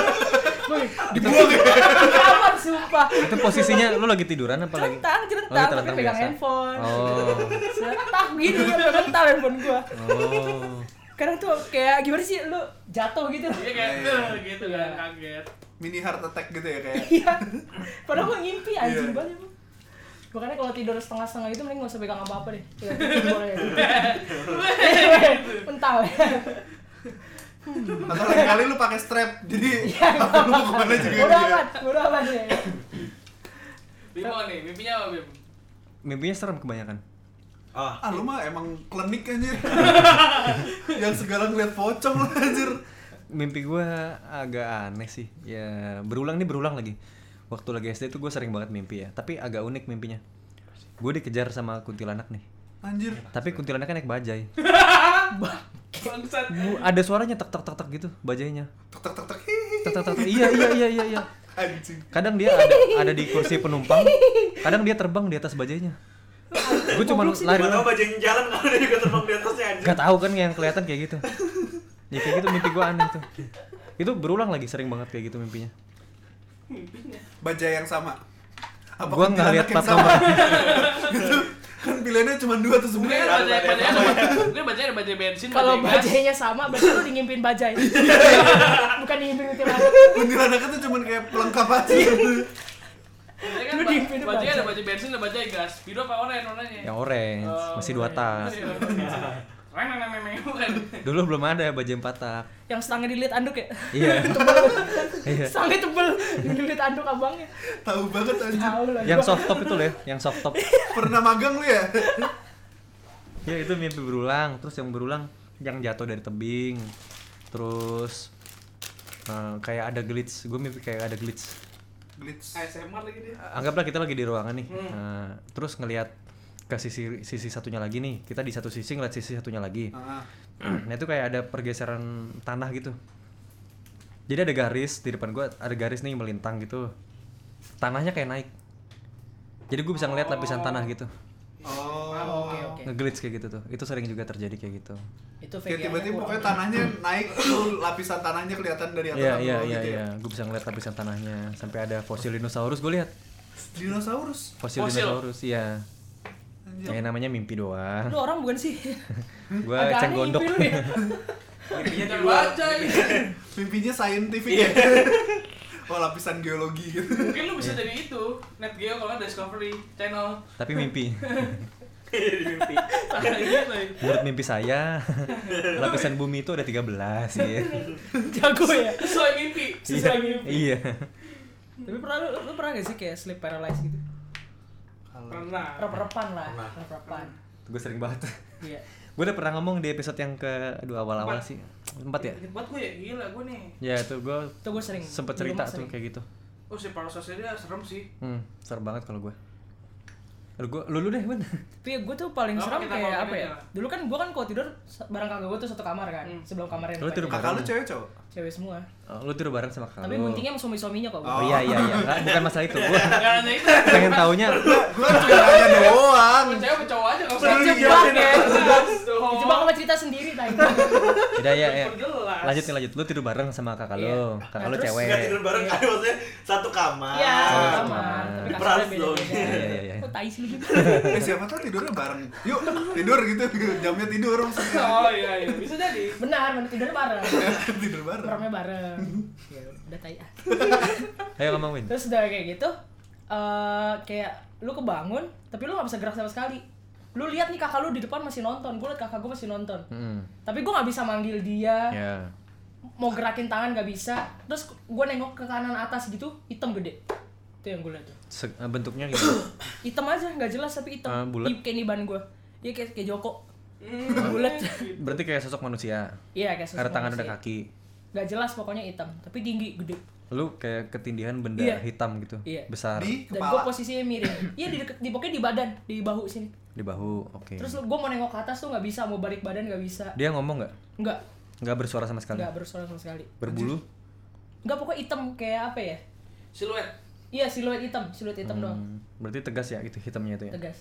Kamar sumpah. Itu posisinya lu lagi tiduran apa lagi? Centang, tapi pegang biasa. handphone. Oh. Setak gini ya, pegang mental handphone gue. Oh. Kadang tuh kayak gimana sih lu jatuh gitu. Iya kayak gitu kan, kaget. Mini heart attack gitu ya kayak. Iya. Padahal gue ngimpi anjing banget emang. Makanya kalau tidur setengah-setengah itu mending gak usah pegang apa-apa deh. Ya, boleh ya. Mental ya. Atau lain kali lu pakai strap, jadi apa lu mau kemana juga Bodo amat ya. Bimo nih, mimpinya apa Bim? Mimpinya serem kebanyakan. Lu mah emang klinik anjir. Yang segala ngeliat pocong lu anjir. Mimpi gue agak aneh sih. Ya berulang lagi. Waktu lagi SD tuh gue sering banget mimpi ya. Tapi agak unik mimpinya. Gue dikejar sama kuntilanak nih. Anjir. Tapi kuntilanaknya naik bajai. Bangsat. Ada suaranya tek tek tek tek gitu bajainya. Tek. Tek tek tek. Iya. Anjing. Kadang dia ada di kursi penumpang. Kadang dia terbang di atas bajainya. Gue cuma lari. Gak tau bajanya jalan kalau dia juga terbang di atasnya anjing. Gak tahu kan yang kelihatan kayak gitu. Ya kayak gitu mimpi gue aneh tuh. Itu berulang lagi, sering banget kayak gitu mimpinya. Bajai yang sama. Gue nggak lihat plat nomor. Gitu. Kan pilihannya cuma 2 tuh sebenarnya. Bajai ada bajai bensin. Kalau bajai gas. bajainya sama berarti lu ngimpin bajai. Bukan ngimpin kuntilanak. Kuntilanak itu cuma kayak pelengkap aja. Bajai kan Lu diimpin bajai ada bajai. bajai bensin, ada bajai gas. Biru apa oranye warnanya? Yang orange, masih 2 tak. Bukan. Dulu belum ada bajai 4 tak. Yang setangnya dilihat anduk ya. Iya. Iya. Setangnya tebel dilihat anduk abangnya. Tahu banget anjir. Tahu lah. Yang soft top itu loh ya, yang soft top. Pernah magang lu ya? Ya itu mimpi berulang, terus yang berulang yang jatuh dari tebing. Terus kayak ada glitch, gue mimpi kayak ada glitch. Glitch. ASMR lagi dia. Anggaplah kita lagi di ruangan nih, terus ngelihat ke sisi satunya lagi nih, kita di satu sisi ngeliat sisi satunya lagi. Nah itu kayak ada pergeseran tanah gitu. Jadi ada garis di depan gue, ada garis nih melintang gitu. Tanahnya kayak naik. Jadi gue bisa ngeliat lapisan tanah gitu. Oke. Nge-glitch kayak gitu tuh. Itu sering juga terjadi kayak gitu. Itu Kayak tiba-tiba pokoknya tanahnya naik, tuh lapisan tanahnya kelihatan dari atas. Iya. Gue bisa ngeliat lapisan tanahnya. Sampai ada fosil dinosaurus gue lihat. Dinosaurus. Fosil dinosaurus, iya. Yang namanya mimpi doang. Lu orang bukan sih? Gue ceng gondok. Mimpinya di Jangan luar. bajai. Mimpinya saintifik. Oh, lapisan geologi gitu. Mungkin lu bisa jadi itu, Net Geo kalau nggak Discovery Channel. Tapi mimpi. Di mimpi. Menurut mimpi saya, lapisan bumi itu ada 13 ya. Jago ya. Sesuai mimpi. Sesuai mimpi. Iya. Tapi pernah lu pernah gak sih kayak sleep paralysis gitu? Pernah. Rep-repan lah, Pernah. rep-repan. Gue sering banget. Iya. Gue udah pernah ngomong di episode yang kedua awal-awal sih. 4 ya? Buat gue ya gila gue nih. Ya itu gue Itu gue sering. sempet di cerita rumah tuh sering. kayak gitu. Oh si parososnya dia serem sih. Serem banget kalau gue. Lu deh, Ben. Tapi gue tuh paling Apa serem kita kayak ngomongin apa ya? aja? Dulu kan gue kan kalau tidur bareng kakak gue tuh satu kamar kan, sebelum kamarnya. Lu tidur Kakak lu cewek cowok? Cewek semua. Oh, lu tidur bareng sama kakak Tapi lu. buntingnya sama suami-suaminya kok. Oh iya. Nggak, bukan masalah itu. Gue Gak ada itu. pengen taunya. Gua cuma nanya doang. Cewek cowok aja nggak usah Kejebak ya. Tuh. Coba kamu cerita sendiri tadi. Udah ya. Perjelas. Lanjut. Lu tidur bareng sama kakak lu. Iya. Kakak Nah, lu terus cewek. Enggak tidur bareng kan maksudnya satu kamar. Iya, Oh, sama. sama. Tapi Diperas kasurnya dong. beda-beda. Iya. Kok tai sih lu gitu? Siapa tahu tidurnya bareng. Yuk, tidur gitu. Jamnya tidur maksudnya. Oh iya bisa jadi. Benar, tidur bareng. Tidur bareng. Meremnya bareng. Ya udah tai ah. Ayo ngomong, Win. Terus udah kayak gitu, kayak lu kebangun, tapi lu gak bisa gerak sama sekali. Lu lihat nih kakak lu di depan masih nonton, gue liat kakak gue masih nonton. Tapi gue gak bisa manggil dia, Ya. mau gerakin tangan gak bisa. Terus gue nengok ke kanan atas gitu, hitam gede. Itu yang gue liat tuh. Bentuknya gimana? Hitam aja, gak jelas tapi hitam. Bulat? Kayak niban gue. Iya kayak Joko. Bulat. Berarti kayak sosok manusia. Iya kayak Ada tangan, ada manusia. kaki. Gak jelas pokoknya hitam, tapi tinggi, gede. Lu kayak ketindihan benda Iya. hitam gitu. Iya. Besar. Di Dan gue kepala. posisinya miring. Iya di pokoknya di badan, di bahu sini. Di bahu. Oke. Terus gue mau nengok ke atas tuh nggak bisa, mau balik badan nggak bisa. Dia ngomong nggak? Nggak, Nggak bersuara sama sekali. nggak bersuara sama sekali. Berbulu? Nggak, pokoknya hitam kayak apa ya? Siluet. Iya siluet hitam doang, Berarti tegas ya itu hitamnya itu ya. tegas.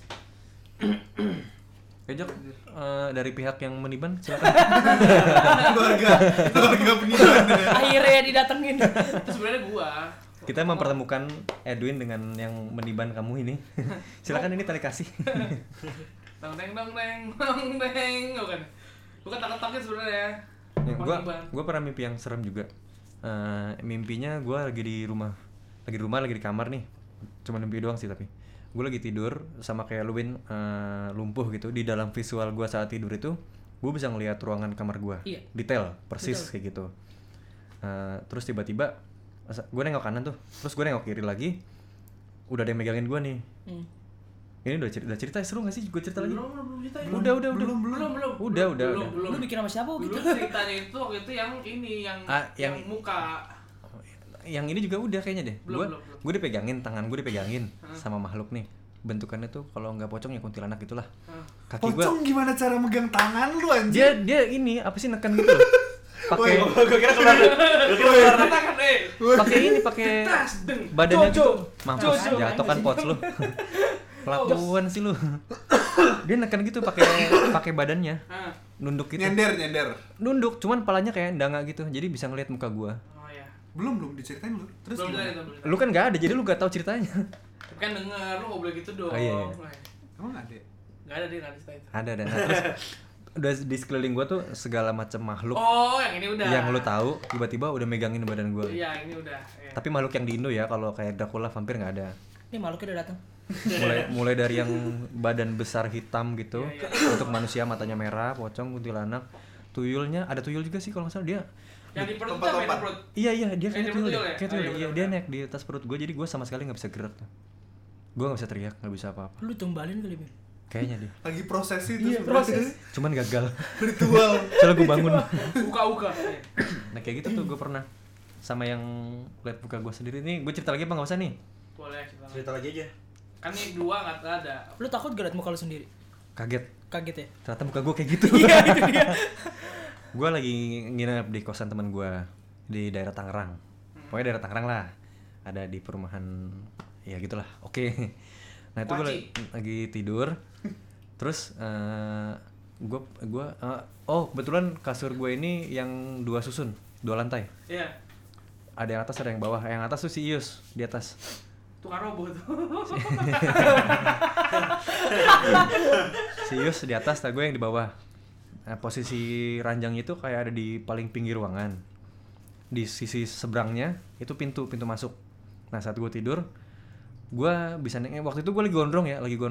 Jok, dari pihak yang meniban silakan. keluarga penyiaran. Akhirnya didatengin. Itu sebenarnya gua. Kita mempertemukan Edwin dengan yang meniban kamu ini. Silakan ini tali kasih. Dong deng. Bukan. Bukan takut-takut sebenarnya. Ya, Peniban. gua pernah mimpi yang serem juga. Mimpinya gua lagi di rumah, lagi di kamar nih. Cuma mimpi doang sih tapi. Gue lagi tidur sama kayak Luwin, lumpuh gitu. Di dalam visual gua saat tidur itu, gue bisa ngelihat ruangan kamar gua. Iya. Detail, persis Betul. kayak gitu. Terus tiba-tiba gue nengok kanan tuh, terus gue nengok kiri lagi, udah ada yang megangin gua nih. Ini udah cerita seru gak sih? Gue cerita lagi. Belum ceritain. Udah. Belum. Udah. Lu bikin sama siapa gitu? Dulu ceritanya itu waktu itu yang ini yang yang- muka. Yang ini juga udah kayaknya deh. Belum. Gue dipegangin, tangan gue dipegangin sama makhluk nih. Bentukannya tuh kalau nggak pocong ya kuntilanak gitulah. Kaki gue Pocong gimana cara megang tangan lu anjir? dia ini apa sih neken gitu loh. Pakai Gue kira keluar. Katakan pakai ini pakai badannya gitu. Mampus Jo. jatuh kan pots lu. Kelakuan sih lu. Dia neken gitu pakai badannya. Nunduk gitu. Nyender. Nunduk, cuman palanya kayak ndanga gitu. Jadi bisa ngeliat muka gua. Oh ya. Belum diceritain lu. Terus Belum gimana? ceritain. Lu kan nggak ada, jadi lu nggak tahu ceritanya. Tapi kan denger, lu nggak boleh gitu dong. Oh, iya. Emang ada? Nggak ada dia nggak ada cerita itu. Ada. Nah, terus udah di sekeliling gua tuh segala macam makhluk Oh, yang ini udah. yang lu tahu tiba-tiba udah megangin badan gua. Iya, ini udah. Ya. Tapi makhluk yang di Indo ya, kalau kayak Dracula vampir nggak ada. Ini makhluknya udah datang. Mulai dari yang badan besar hitam gitu, Iya. untuk manusia matanya merah, pocong, kuntilanak, tuyulnya ada tuyul juga sih kalau nggak salah dia. Yang di perut Tempat apa ya, di lompat. perut? Iya dia Yang kayak di tuyul, tuyul deh. ya? Kayak Oh, tuyul. iya, Iya, bener. dia naik di atas perut gue, jadi gue sama sekali nggak bisa gerak tuh. Gue nggak bisa teriak, nggak bisa apa-apa. Lu tumbalin kali, Bim. Kayaknya deh. Lagi proses itu Iya, sebenarnya. proses. Cuman gagal. Ritual. Soalnya gue bangun. Uka-uka. Nah kayak gitu tuh gue pernah sama yang lihat muka gue sendiri nih. Gue cerita lagi apa nggak usah nih? Boleh cerita. Cerita lagi aja. Kan ini dua nggak ada. Lu takut gak liat muka lu sendiri? Kaget. Kaget ya? Ternyata muka gue kayak gitu. Iya, itu dia. Gue lagi nginep di kosan teman gue di daerah Tangerang. Pokoknya daerah Tangerang lah. Ada di perumahan ya gitulah. Oke. Nah itu gue lagi tidur. Terus kebetulan kasur gue ini yang 2 susun, 2 lantai. Iya. Ada yang atas, ada yang bawah. Yang atas tuh si Ius di atas. Tukar robot. Si Ius di atas, nah gue yang di bawah. Nah, posisi ranjangnya itu kayak ada di paling pinggir ruangan. Di sisi seberangnya itu pintu masuk. Nah saat gue tidur, gue bisa waktu itu gue lagi gondrong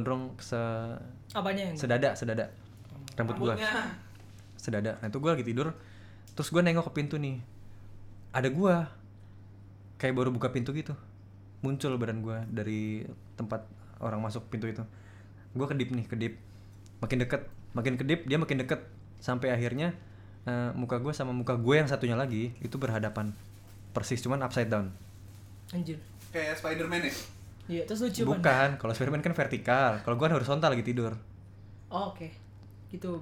Apanya yang sedada rambut gue sedada. Nah itu gue lagi tidur, terus gue nengok ke pintu nih, ada gue kayak baru buka pintu gitu, muncul badan gue dari tempat orang masuk pintu itu. Gue kedip, makin kedip, dia makin deket, sampai akhirnya muka gue sama muka gue yang satunya lagi itu berhadapan persis, cuman upside down. Anjir. Kayak Spider-Man ya? Iya, terus lu ciuman. Bukan, kalau Spider-Man kan vertikal, kalau gue kan horizontal lagi tidur. Oh, oke. Gitu.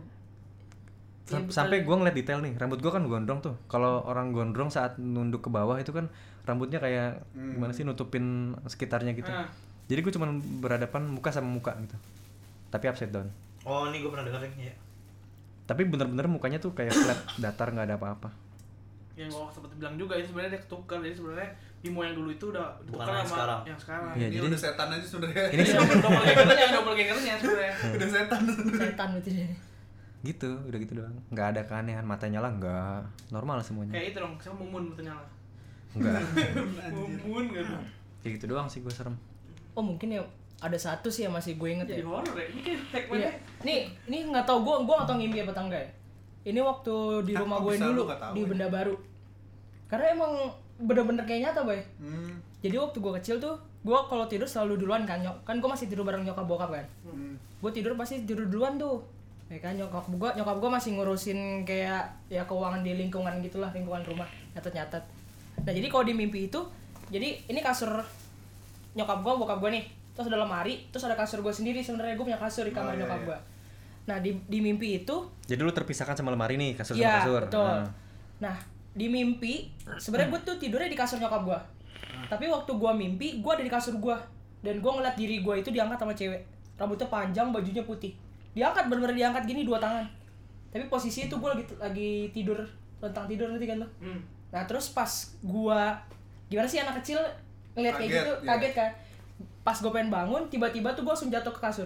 Sampai gue ngeliat detail nih, rambut gue kan gondrong tuh. Kalau orang gondrong saat nunduk ke bawah itu kan rambutnya kayak gimana sih, nutupin sekitarnya gitu. Jadi gue cuma berhadapan muka sama muka gitu, tapi upside down. Oh, ini gue pernah denger ya. Tapi bener-bener mukanya tuh kayak flat, datar, nggak ada apa-apa. Yang gue sempat bilang juga itu sebenarnya dia ketukar, jadi sebenarnya Bimo yang dulu itu udah bukan ditukar yang sama sekarang. yang sekarang. Iya, Ini jadi udah setan aja sebenarnya. ini double gangernya sebenarnya. Udah setan. setan berarti dia. gitu, udah gitu doang. Nggak ada keanehan, matanya nyala nggak, normal semuanya. Kayak itu dong, sama Mumun betulnya lah. Nggak, Mumun gitu. kayak gitu doang sih gue serem. Oh, mungkin ya ada satu sih yang masih gue inget Jadi ya. horor ya. Ini kayak Iya. tagline-nya. Ini nggak tahu gue nggak tahu ngimpi apa enggak ya. Ini waktu di rumah Kok gue bisa dulu lu nggak tahu di ya? Benda Baru. Karena emang bener-bener kayak nyata, Boy. Jadi waktu gue kecil tuh, gue kalau tidur selalu duluan kan, kan gue masih tidur bareng nyokap bokap kan. Gue tidur pasti tidur duluan tuh. Ya kan nyokap gue masih ngurusin kayak ya keuangan di lingkungan gitulah, lingkungan rumah, nyatet. Nah, jadi kalau di mimpi itu, jadi ini kasur nyokap gue, bokap gue nih. Terus ada lemari, terus ada kasur gue sendiri. Sebenarnya gue punya kasur di kamar nyokap gue. Nah, di mimpi itu, Jadi lu terpisahkan sama lemari nih, kasur sama iya, kasur. betul. Nah, di mimpi sebenarnya gue tuh tidurnya di kasur nyokap gue. Tapi waktu gue mimpi, gue ada di kasur gue. Dan gue ngeliat diri gue itu diangkat sama cewek. Rambutnya panjang, bajunya putih. Diangkat, bener-bener diangkat gini 2 tangan. Tapi posisi itu gue lagi tidur, tentang tidur nanti kan lo. Nah, terus pas gue, gimana sih anak kecil ngeliat kayak gitu, kaget kan. Pas gue pengen bangun, tiba-tiba tuh gue langsung jatuh ke kasur.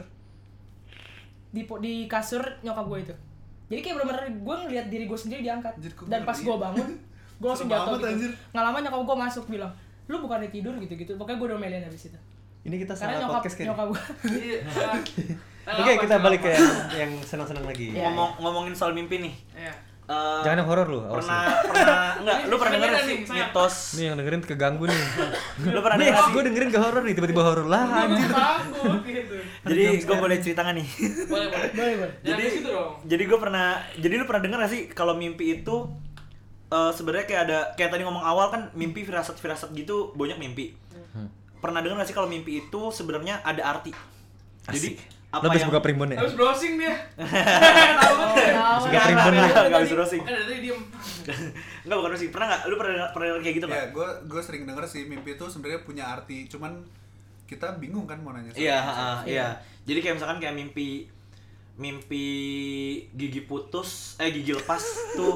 Di kasur nyokap gue itu. Jadi kayak bener-bener gue ngeliat diri gue sendiri diangkat. Anjir, kok Dan pas ngeri gue ya? bangun, gue langsung Serem jatuh amat, gitu. anjir. Nggak lama nyokap gue masuk bilang, lu bukannya tidur gitu-gitu. Pokoknya gue domelin habis itu. Ini kita Karena salah nyokap podcast kayaknya. gue. Iya. Oke, kita balik ke yang senang-senang lagi. Iya. Ngomongin soal mimpi nih. Iya. Jangan yang horor lu, awas lu. Pernah enggak lu pernah denger sih mitos? Nih yang dengerin keganggu nih. Lu pernah Nih, denger sih? gue dengerin ke horor nih, tiba-tiba horor lah anjir. Takut gitu. Jadi gue boleh cerita nggak nih? Boleh. Boleh. Jadi gitu dong. Jadi lu pernah denger gak sih kalau mimpi itu sebenarnya kayak tadi ngomong awal kan, mimpi firasat gitu, banyak mimpi. Pernah denger gak sih kalau mimpi itu sebenarnya ada arti? Jadi Lo habis buka primbon ya? Habis browsing dia. Buka primbon lu. Enggak bisa browsing. Kan dari diem. Enggak, bukan browsing. Pernah enggak? Lu pernah denger kayak gitu Ya, enggak? gue sering denger sih mimpi itu sebenarnya punya arti, cuman kita bingung kan mau nanya. Iya, iya. Jadi kayak misalkan kayak mimpi gigi putus, gigi lepas tuh.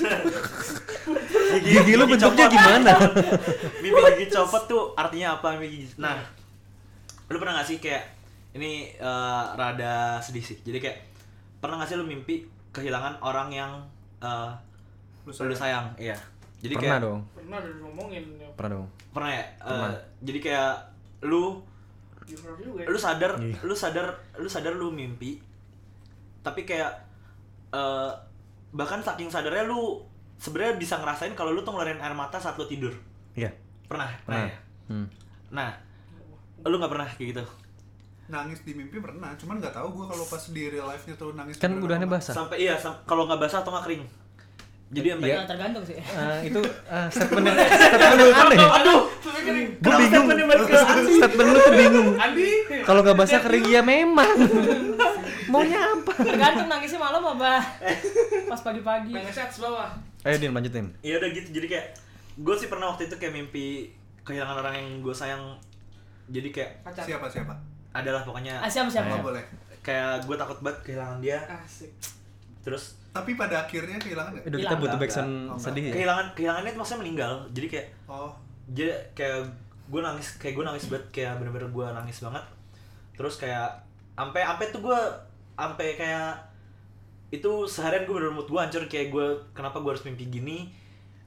Gigi lu bentuknya gimana? Mimpi gigi copot tuh artinya apa? Mimpi gigi. Nah, lu pernah gak sih kayak ini rada sedih sih. Jadi kayak pernah gak sih lu mimpi kehilangan orang yang lu sayang? Iya. Jadi Pernah kayak dong. Pernah udah ngomongin. Pernah dong. pernah ya. Pernah. Jadi kayak lu Juga. lu sadar lu mimpi. Tapi kayak bahkan saking sadarnya lu sebenarnya bisa ngerasain kalau lu tuh ngeluarin air mata saat lu tidur. Iya. Pernah Pernah. ya? Nah, lu nggak pernah kayak gitu? Nangis di mimpi pernah, cuman nggak tahu gue kalau pas di real life-nya tuh nangis. Kan beneran udahnya apa. basah. Sampai iya, kalau nggak basah atau nggak kering. Jadi sampai Iya. Nah, tergantung sih. Itu statement lu aneh. aduh, Gue bingung. Statement lu tuh bingung. Andi. Kalau nggak basah kering ya memang. Maunya apa? Tergantung nangisnya malam apa pas pagi-pagi. Nangisnya atas bawah. Ayo Din lanjutin. Iya udah gitu. Jadi kayak gue sih pernah waktu itu kayak mimpi kehilangan orang yang gue sayang. Jadi kayak Pacar. Siapa? adalah pokoknya Siapa? Oh, boleh. kayak gue takut banget kehilangan dia. Asik. Terus Tapi pada akhirnya kehilangan nggak? Udah kita Hilang. butuh Enggak, backsound enggak. sedih ya. kehilangannya itu maksudnya meninggal. Jadi kayak Oh, gue nangis banget, kayak bener-bener gue nangis banget. Terus kayak sampai tuh gue sampai kayak itu seharian gue bener-bener mood gue hancur, kayak gue kenapa gue harus mimpi gini.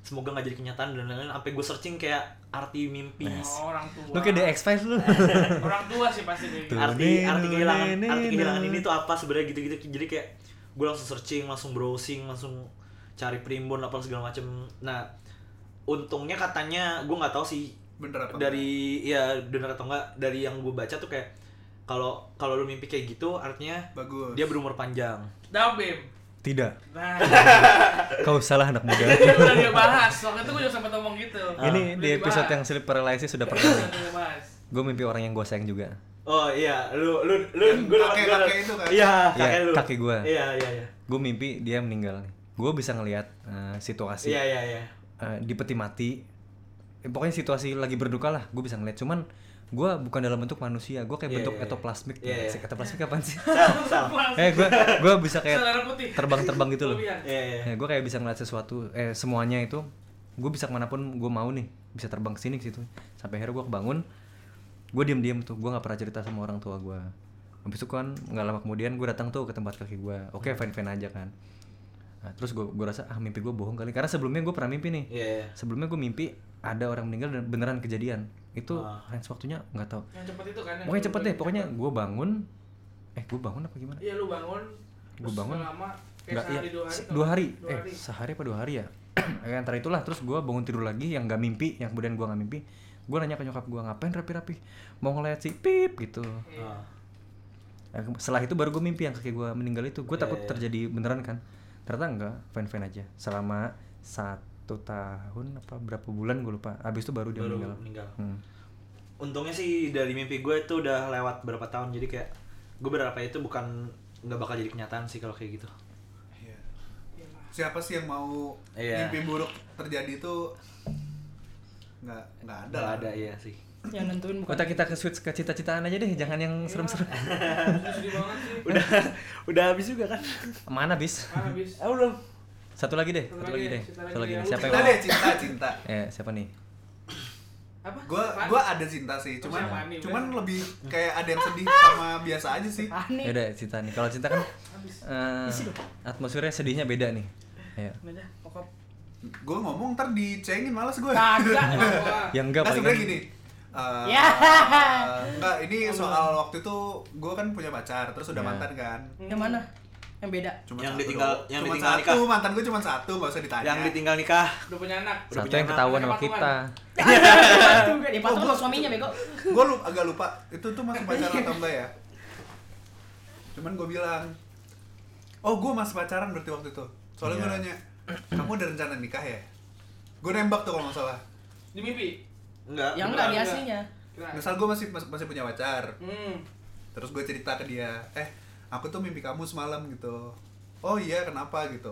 semoga nggak jadi kenyataan dan lain-lain. Sampai gue searching kayak arti mimpi. Orang tua. Lu kayak The X-Files lu. Orang tua sih pasti kayak gitu. Tuh. arti kehilangan ini tuh apa sebenarnya gitu-gitu. Jadi kayak gue langsung searching, langsung browsing, langsung cari primbon apa segala macem. Nah, untungnya katanya gue nggak tahu sih Bener apa? dari ya bener atau enggak, dari yang gue baca tuh kayak kalau lu mimpi kayak gitu artinya Bagus. dia berumur panjang. Dabim. Tidak. Nah, Kau salah anak muda. ini udah dia bahas. Waktu itu gue juga sempat ngomong gitu. Ini di episode yang sleep paralysis sudah pernah. Udah dia bahas. Gue mimpi orang yang gue sayang juga. Oh iya, lu gue kakek itu kan? Iya, Iya, kakek lu. kakek gua. Iya. Gue mimpi dia meninggal. Gue bisa ngelihat situasi Iya. di peti mati. Pokoknya situasi lagi berduka lah, gue bisa ngeliat. Cuman gue bukan dalam bentuk manusia, gue kayak Iya, bentuk iya. etoplasmik. Iya. Etoplasmik apaan sih? Sal. Gue bisa kayak Selera putih. terbang-terbang gitu loh. Kelebihan. Iya. Gue kayak bisa ngeliat sesuatu, semuanya itu. Gue bisa kemanapun gue mau nih, bisa terbang ke sini ke situ. Sampai akhirnya gue kebangun, gue diem tuh, gue nggak pernah cerita sama orang tua gue. Habis itu kan nggak lama kemudian gue datang tuh ke tempat kaki gue. Oke, fine aja kan. Nah, terus gue rasa mimpi gue bohong kali, karena sebelumnya gue pernah mimpi nih. Iya. Sebelumnya gue mimpi ada orang meninggal dan beneran kejadian. Itu range waktunya nggak tahu. Yang cepet itu kan. yang Pokoknya cepet deh, cepet. pokoknya gue bangun. Gue bangun apa gimana? Iya lu bangun. Gue bangun. Lama. Nggak, iya, Sehari 2 hari. dua hari. Dua hari. Sehari apa 2 hari ya? Antara itulah. Terus gue bangun tidur lagi yang nggak mimpi, yang kemudian gue nggak mimpi. Gue nanya ke nyokap gue, ngapain rapi-rapi? Mau ngeliat si Pip gitu. Oh. Setelah itu baru gue mimpi yang kakek gue meninggal itu. Gue takut Iya. terjadi beneran kan. Ternyata enggak, fine aja. Selama 1 tahun apa berapa bulan gue lupa. Abis itu baru dia meninggal. Untungnya sih dari mimpi gue itu udah lewat berapa tahun, jadi kayak gue berharap itu bukan nggak bakal jadi kenyataan sih kalau kayak gitu. Iya. Siapa sih yang mau Iya. mimpi buruk terjadi itu nggak ada. Nggak ada iya sih. Yang nentuin bukan Kita ke switch ke cita-citaan aja deh, jangan yang serem-serem. Sedih banget sih. Udah habis juga kan? Mana bis? Mana habis? Belum. Satu lagi deh. Satu lagi Nih. ya. Siapa Cinta yang deh, cinta. siapa nih? Apa? Gua ada cinta sih, Siapa nih? cuman lebih kayak ada yang sedih sama biasa aja sih. aneh. Ya udah cinta nih. Kalau cinta kan Habis. atmosfernya sedihnya beda nih. Ayo. Udah, pokok. Gua ngomong ntar dicengin males gue. Kagak. Wah. Yang enggak Nah, paling sebenarnya gini. Ya. Enggak, ini soal waktu itu gue kan punya pacar, terus udah Ya. mantan kan. Yang mana? Yang beda. Cuma Yang satu ditinggal- doang. yang Cuma ditinggal satu, nikah. mantan gue cuma satu, nggak usah ditanya. Yang ditinggal nikah. Udah punya anak. satu punya yang anak. ketahuan sama Pakai kita. Juga dia patung sama suaminya bego. Gue agak lupa itu tuh masih pacaran atau enggak ya. Cuman gue bilang, oh gue masih pacaran berarti waktu itu. Soalnya gue Iya. nanya, kamu ada rencana nikah ya? Gue nembak tuh kalau nggak salah. Di mimpi. Enggak. Yang enggak di aslinya. Kira. Misal gue masih punya pacar. Hmm. Terus gue cerita ke dia, aku tuh mimpi kamu semalam gitu. Oh iya, kenapa gitu?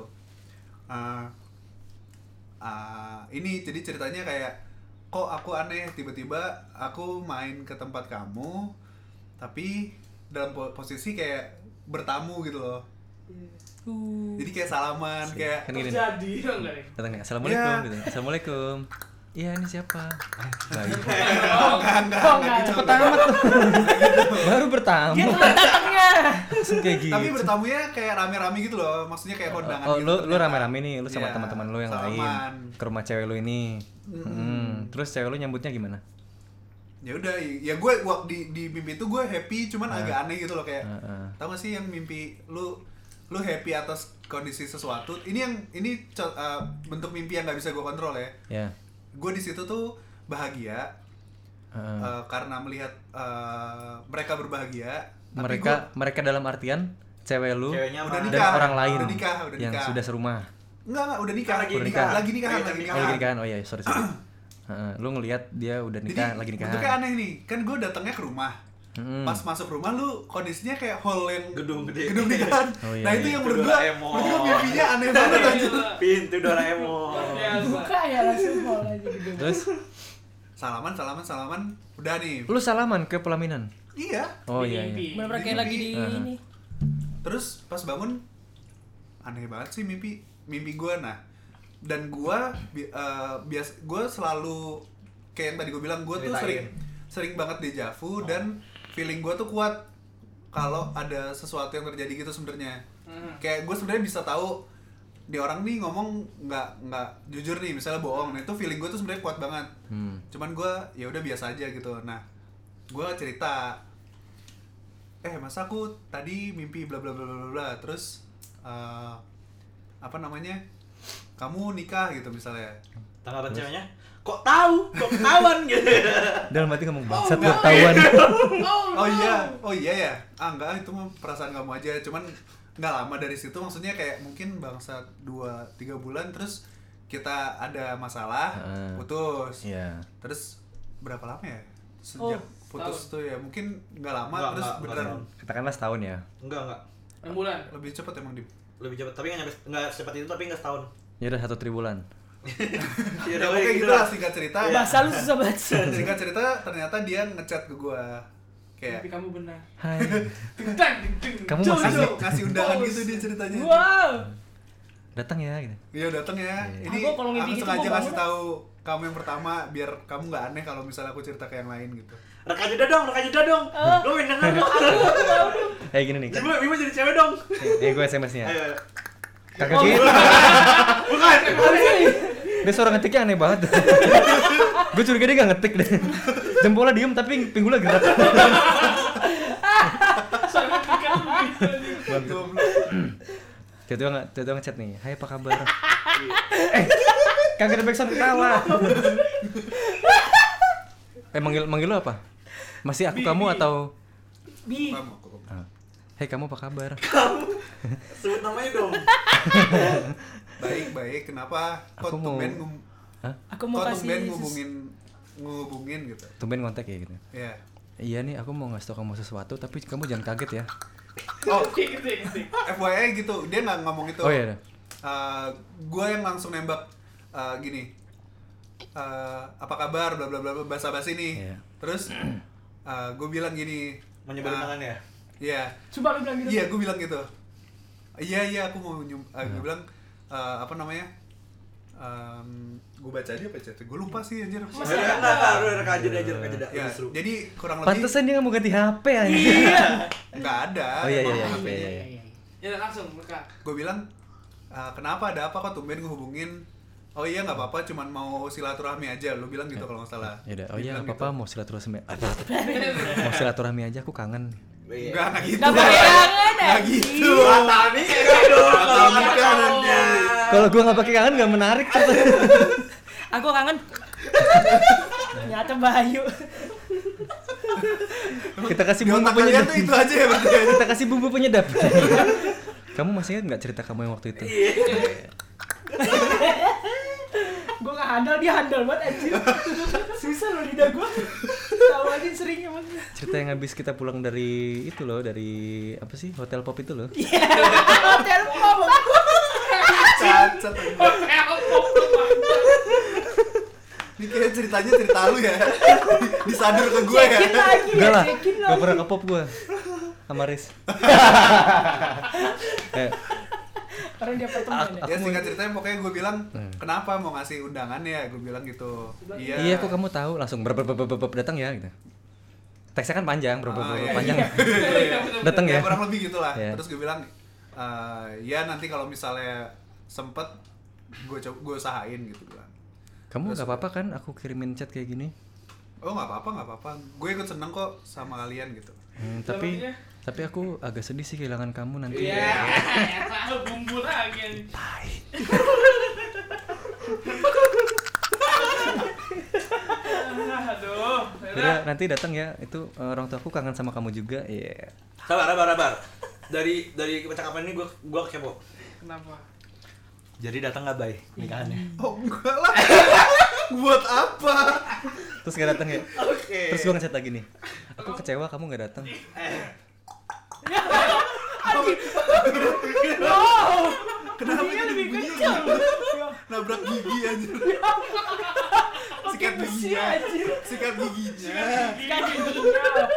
Ini jadi ceritanya kayak, kok aku aneh, tiba-tiba aku main ke tempat kamu, tapi dalam posisi kayak bertamu gitu loh. Jadi kayak salaman, kayak Kan gini. Terjadi enggak nih? Datang nih. Assalamualaikum Iya. gitu. Assalamualaikum. Iya, ini siapa? Baik. enggak gitu. Cepet amat tuh. Baru bertamu. Dia telat datangnya. Langsung kayak gitu. Tapi bertamunya kayak rame-rame gitu loh, maksudnya kayak kondangan Oh, gitu. lu ternyata. rame-rame nih, lu sama Iya, teman-teman lu yang lain salaman. ke rumah cewek lu ini. Terus cewek lu nyambutnya gimana? Ya udah, ya gue di mimpi itu gue happy, cuman agak aneh gitu loh kayak. Tau gak sih yang mimpi lu happy atas kondisi sesuatu? Ini bentuk mimpi yang nggak bisa gue kontrol ya. Ya. Gue di situ tuh bahagia karena melihat mereka berbahagia. Tapi Mereka dalam artian cewek lu Ceweknya udah mah- dan nikah, orang lain udah nikah. yang sudah serumah. Enggak, udah nikah. Lagi nikah. Lagi nikahan. Oh, lagi nikahan. Oh iya, sorry. Lu ngelihat dia udah nikah, lagi nikahan. bentuknya aneh nih. Kan gue datangnya ke rumah. Pas masuk rumah lu kondisinya kayak hall yang Gedung gede. gedung nikahan. Oh, iya, Nah itu iya. yang menurut gua mimpinya aneh banget anjir. Pintu Doraemon. Biasa. Buka ya langsung mau aja gitu. Terus Salaman, udah nih. lu salaman ke pelaminan. Iya. Oh Di iya. mimpi. Bener-bener kayak lagi di ini. Terus pas bangun aneh banget sih mimpi gua. Nah, dan gua gua selalu kayak yang tadi gua bilang, gua tuh Ceritain. sering banget dejavu dan feeling gua tuh kuat kalau ada sesuatu yang terjadi gitu sebenarnya. Kayak gua sebenarnya bisa tahu dia orang nih ngomong nggak jujur nih, misalnya bohong. Nah itu feeling gue tuh sebenarnya kuat banget. Cuman gue ya udah biasa aja gitu. Nah gue cerita, masa aku tadi mimpi bla bla bla bla bla, terus apa namanya, kamu nikah gitu misalnya. Tanggapan ceweknya, kok tahu, kok ketahuan gitu. Dalam hati ngomong bangsat gue ketahuan. Oh iya ya. Enggak, itu mah perasaan kamu aja. Cuman nggak lama dari situ, maksudnya kayak mungkin bangsa 2-3 bulan terus kita ada masalah, putus. Terus berapa lama ya? Sejak putus tuh ya, mungkin nggak lama terus beneran. Katakanlah setahun ya. Enggak. 6 bulan. Lebih cepat emang Lebih cepat, tapi nggak secepat itu, tapi nggak setahun. Ya udah 1 tribulan. Ya udah kayak gitu lah, singkat cerita. Bahasa lu susah banget. Singkat cerita ternyata dia ngechat ke gua kayak, Tapi kamu benar. Hai. Kamu Kamu masih ngasih undangan gitu dia ceritanya. Wow. datang ya gitu. Iya datang ya. Ini Aku kalau mimpi aku gitu sengaja gua kasih bangun. tahu kamu yang pertama biar kamu nggak aneh kalau misalnya aku cerita ke yang lain gitu. Rekam jeda dong. Gue pengen denger dong. Kayak gini nih. Bima jadi cewek dong. Ini gue SMS-nya. Ayo. Kakak gitu. Bukan. Dia suara ngetiknya aneh banget. Gue curiga dia gak ngetik deh. Jempolnya diem tapi pinggulnya gerak. Tiba-tiba ngechat nih, hai apa kabar? Kagak ada backsound ketawa. Manggil lo apa? Masih aku kamu atau? Bi. Hei kamu apa kabar? Sebut namanya dong. Baik, kenapa? Aku mau- Aku mau kasih ngehubungin gitu. Tumben kontak ya gitu. Iya. Iya nih aku mau ngasih tau kamu sesuatu tapi kamu jangan kaget ya. Oh, Gitu. FYI gitu, dia nggak ngomong itu. Oh iya. Gue yang langsung nembak gini. Apa kabar? Bla bla bla basa-basi nih. Iya. Terus gue bilang gini. Menyebar tangan ya. Iya. Coba lu bilang gitu. Iya, gue bilang gitu. Iya, aku mau gue bilang apa namanya? Gue baca dia apa chat? Gue lupa sih anjir. Enggak, lu rekam jeda aja. Ya, Seru. jadi kurang lebih Pantesan dia nggak mau ganti HP anjing. nggak ada. Oh iya emang iya HP. iya. Ya langsung mereka. Gue bilang kenapa, ada apa kok tumben ngehubungin? Oh iya nggak apa-apa, cuman mau silaturahmi aja. Lu bilang gitu kalau nggak salah. Ya udah. Oh Dia iya bilang apa-apa mau silaturahmi. Mau silaturahmi aja aku kangen. Gitu. Nggak gitu. Nggak pakai kangen Nggak gitu. Tapi dong. Kalau gua nggak pakai kangen nggak menarik. Aku kangen. Nyata Bayu. Kita kasih Di bumbu otak kalian penyedap. tuh itu aja ya berarti. Kita kasih bumbu penyedap. Kamu masih ingat nggak cerita kamu yang waktu itu? Gue gak handal, dia handal banget anjir. Susah loh lidah gue. Tahu aja sering emang. Cerita yang habis kita pulang dari itu loh, dari apa sih? Hotel Pop itu loh. Hotel Pop. Cacat. Ini kayak ceritanya cerita lu ya. Disadur ke gue ya. Cekin lagi. Enggak lah, Cekin gak lagi. pernah ke Pop gua sama Riz. Karena dia pertemuan ya. Ya singkat ceritanya pokoknya gue bilang kenapa mau ngasih undangan ya, gue bilang gitu. Iya, kok kamu tahu langsung datang ya gitu. Teksnya kan panjang, iya, panjang. iya. Datang ya. Kurang lebih gitulah. Iya. Terus gue bilang ya nanti kalau misalnya sempet gue usahain gitu bilang. Kamu nggak apa-apa kan aku kirimin chat kayak gini? Oh nggak apa-apa. Gue ikut seneng kok sama kalian gitu. Tapi aku agak sedih sih kehilangan kamu nanti. Iya. Bumbu lagi. Aduh. Udah, nanti datang ya. Itu orang tuaku kangen sama kamu juga. Iya. Sabar. Dari percakapan ini gua kepo. Kenapa? Jadi datang nggak bay nikahannya? Oh enggak lah. Buat apa? Terus nggak datang ya? Oke. Terus gua ngechat lagi nih. Aku kecewa kamu nggak datang. Wow. Kenapa Dia jadi lebih bunyi? kencang. Nabrak gigi aja. Sikat besi, giginya. anjir. Sikat giginya. Kan giginya.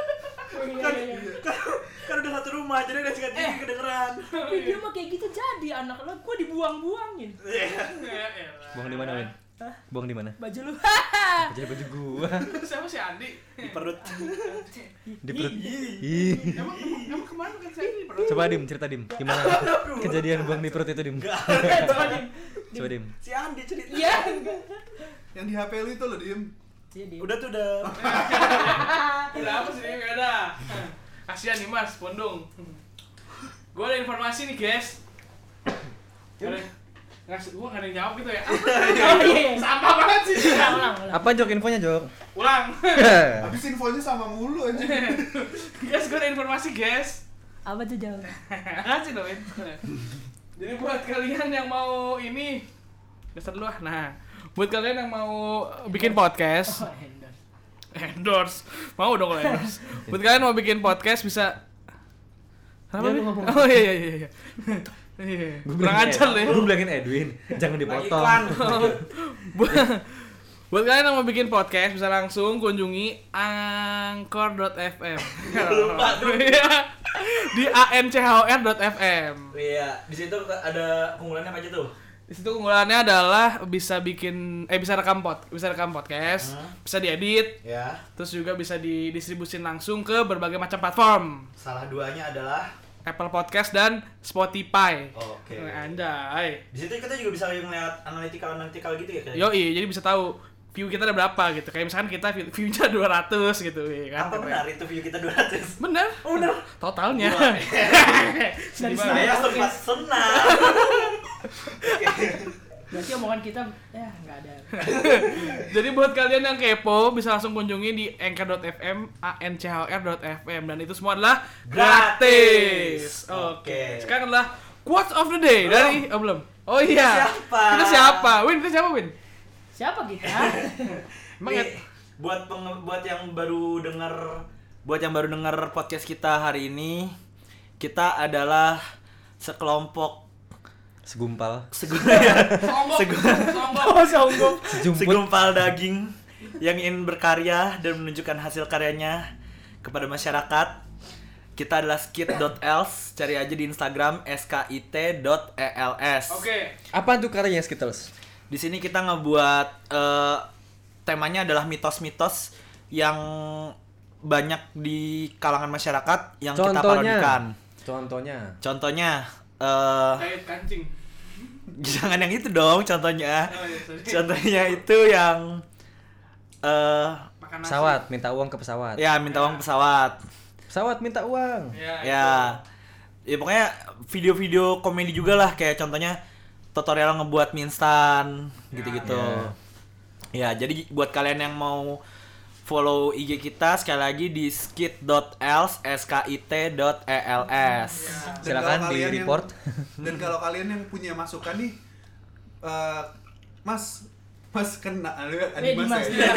Kan udah satu rumah, jadi udah sikat gigi kedengeran. Tapi dia mah kayak gitu jadi anak lo, gue dibuang-buangin. Buang di mana, Win? Buang di mana? Baju lu. Jadi baju gua. Siapa si Andi? Di perut. Di perut. Ih. Emang kemana kan saya di perut? Coba Dim, cerita Dim. Gimana kejadian buang di perut itu Dim? Coba Dim. Si Andi cerita. Iya. Yang di HP lu itu loh, Diem. Iya, Dim. Udah tuh udah. Udah apa sih ini? Udah. Kasihan nih Mas, Pondong. Gue ada informasi nih guys. Gue gak ada yang jawab gitu ya. Oh iya. Sampah banget sih. Ulang. Apa Jok infonya Jok? Ulang. Habis infonya sama mulu aja. Guys, gue ada informasi guys. Apa tuh jauh? Kasih dong. Jadi buat kalian yang mau ini, dasar dulu ah. Nah, buat kalian yang mau bikin podcast, Oh, endorse. endorse, mau dong kalau endorse. Buat kalian mau bikin podcast bisa. Apa? Ya, lu ngomong. Oh iya. Iya. Kurang ajar lu ya. Gue bilangin Edwin, jangan dipotong. Buat kalian yang mau bikin podcast bisa langsung kunjungi anchor.fm. Lupa tuh. Di anchor.fm. Iya, di situ ada keunggulannya apa aja tuh? Di situ keunggulannya adalah bisa rekam podcast, bisa diedit, Ya. terus juga bisa didistribusin langsung ke berbagai macam platform. Salah duanya adalah Apple Podcast dan Spotify. oke. Andai. Di situ kita juga bisa ngeliat analytical gitu ya kayaknya. Yoi, jadi bisa tahu view kita ada berapa gitu. Kayak misalkan kita view-nya 200 gitu ya kan. Apa benar itu view kita 200? Bener. Oh, bener. Totalnya. Dari Gimana? Saya sana. sempat senang. Berarti omongan kita ya enggak ada. Jadi buat kalian yang kepo bisa langsung kunjungi di anchor.fm, anchor.fm, dan itu semua adalah gratis. Oke. Sekarang adalah quotes of the day dari belum. Oh iya. Siapa? Kita siapa? Win, kita siapa, Win? Siapa kita? Emang Nih, buat yang baru dengar podcast kita hari ini, kita adalah sekelompok Segumpal. segumpal daging yang ingin berkarya dan menunjukkan hasil karyanya kepada masyarakat. Kita adalah skit.els, cari aja di Instagram skit.els. Oke. Apa tuh karyanya Skittles? Di sini kita ngebuat temanya adalah mitos-mitos yang banyak di kalangan masyarakat yang kita parodikan. Contohnya Kayak kancing. jangan yang itu dong contohnya. Oh, iya, sorry. Contohnya itu yang Makan nasi. Pesawat, minta uang ke pesawat. ya minta uang pesawat. Pesawat minta uang. Ya. Ya pokoknya video-video komedi juga lah, kayak contohnya tutorial ngebuat mie instan gitu-gitu. Ya, jadi buat kalian yang mau follow IG kita sekali lagi di skit.els, skit.els. Silakan di report. Dan kalau kalian yang punya masukan nih, Mas kena ada Mas ya.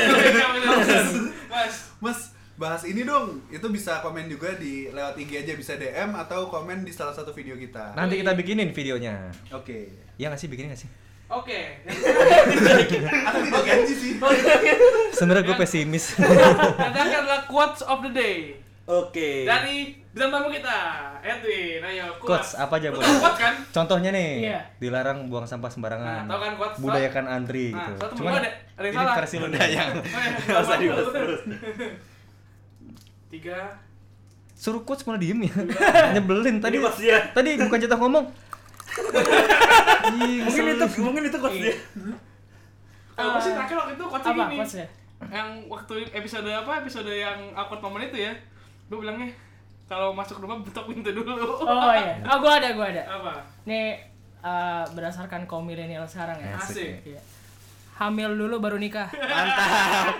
Mas bahas ini dong. Itu bisa komen juga di lewat IG aja, bisa DM atau komen di salah satu video kita. Nanti kita bikinin videonya. Oke. Iya nggak sih, bikinin nggak sih? Oke. Aku tidak janji sih. Sebenarnya gue pesimis. Ada adalah quotes of the day Oke. dari bintang tamu kita, Edwin. Ayo, Quotes apa aja, Lu boleh? tahu quotes kan? Contohnya nih, Iya. dilarang buang sampah sembarangan. Nah, tahu kan quotes? Budayakan antri Nah, gitu. satu Cuman ada yang ini salah. versi lu Udah nih. yang Oh, iya. nggak usah dibahas terus. 3. Suruh quotes malah diem ya. Nyebelin tadi. Ini quotes dia. Tadi bukan jatah ngomong. Ih, Mungkin itu quotes dia. Kalau gue sih terakhir waktu itu quotes Apa gini. quotesnya? Yang waktu episode yang awkward momen itu ya. Gue bilangnya kalau masuk rumah betok pintu dulu. Oh iya. Oh gua ada. Apa? Nih berdasarkan kaum milenial sekarang ya. Asik. Iya. Hamil dulu baru nikah. Mantap.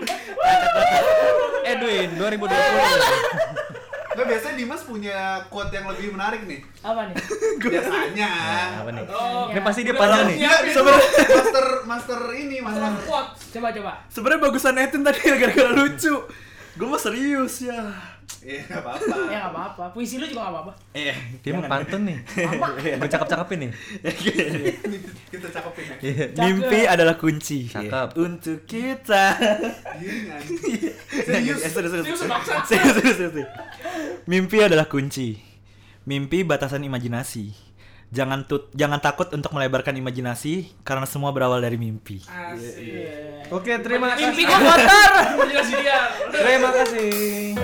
Edwin 2020. Nah, biasanya Dimas punya quote yang lebih menarik nih. Apa nih? Biasanya. Apa nih? Oh, Ini pasti dia udah panjang langsung nih. siapin. Master ini, master. Quotes. Coba. Sebenarnya bagusan Etin tadi gara-gara lucu. Gue mah serius ya. Iya, enggak apa-apa. Ya enggak apa-apa. Puisi lu juga enggak apa-apa. Iya. Dia mau pantun nih. Gue cakep-cakepin nih. Kita cakepin ya. Iya. Mimpi adalah kunci Cakep. untuk kita. Iya, anjing. Serius. Mimpi adalah kunci. Mimpi batasan imajinasi. Jangan takut untuk melebarkan imajinasi karena semua berawal dari mimpi. Asik. Oke, terima kasih. Mimpi gua kotor. Imajinasi dia. Terima kasih.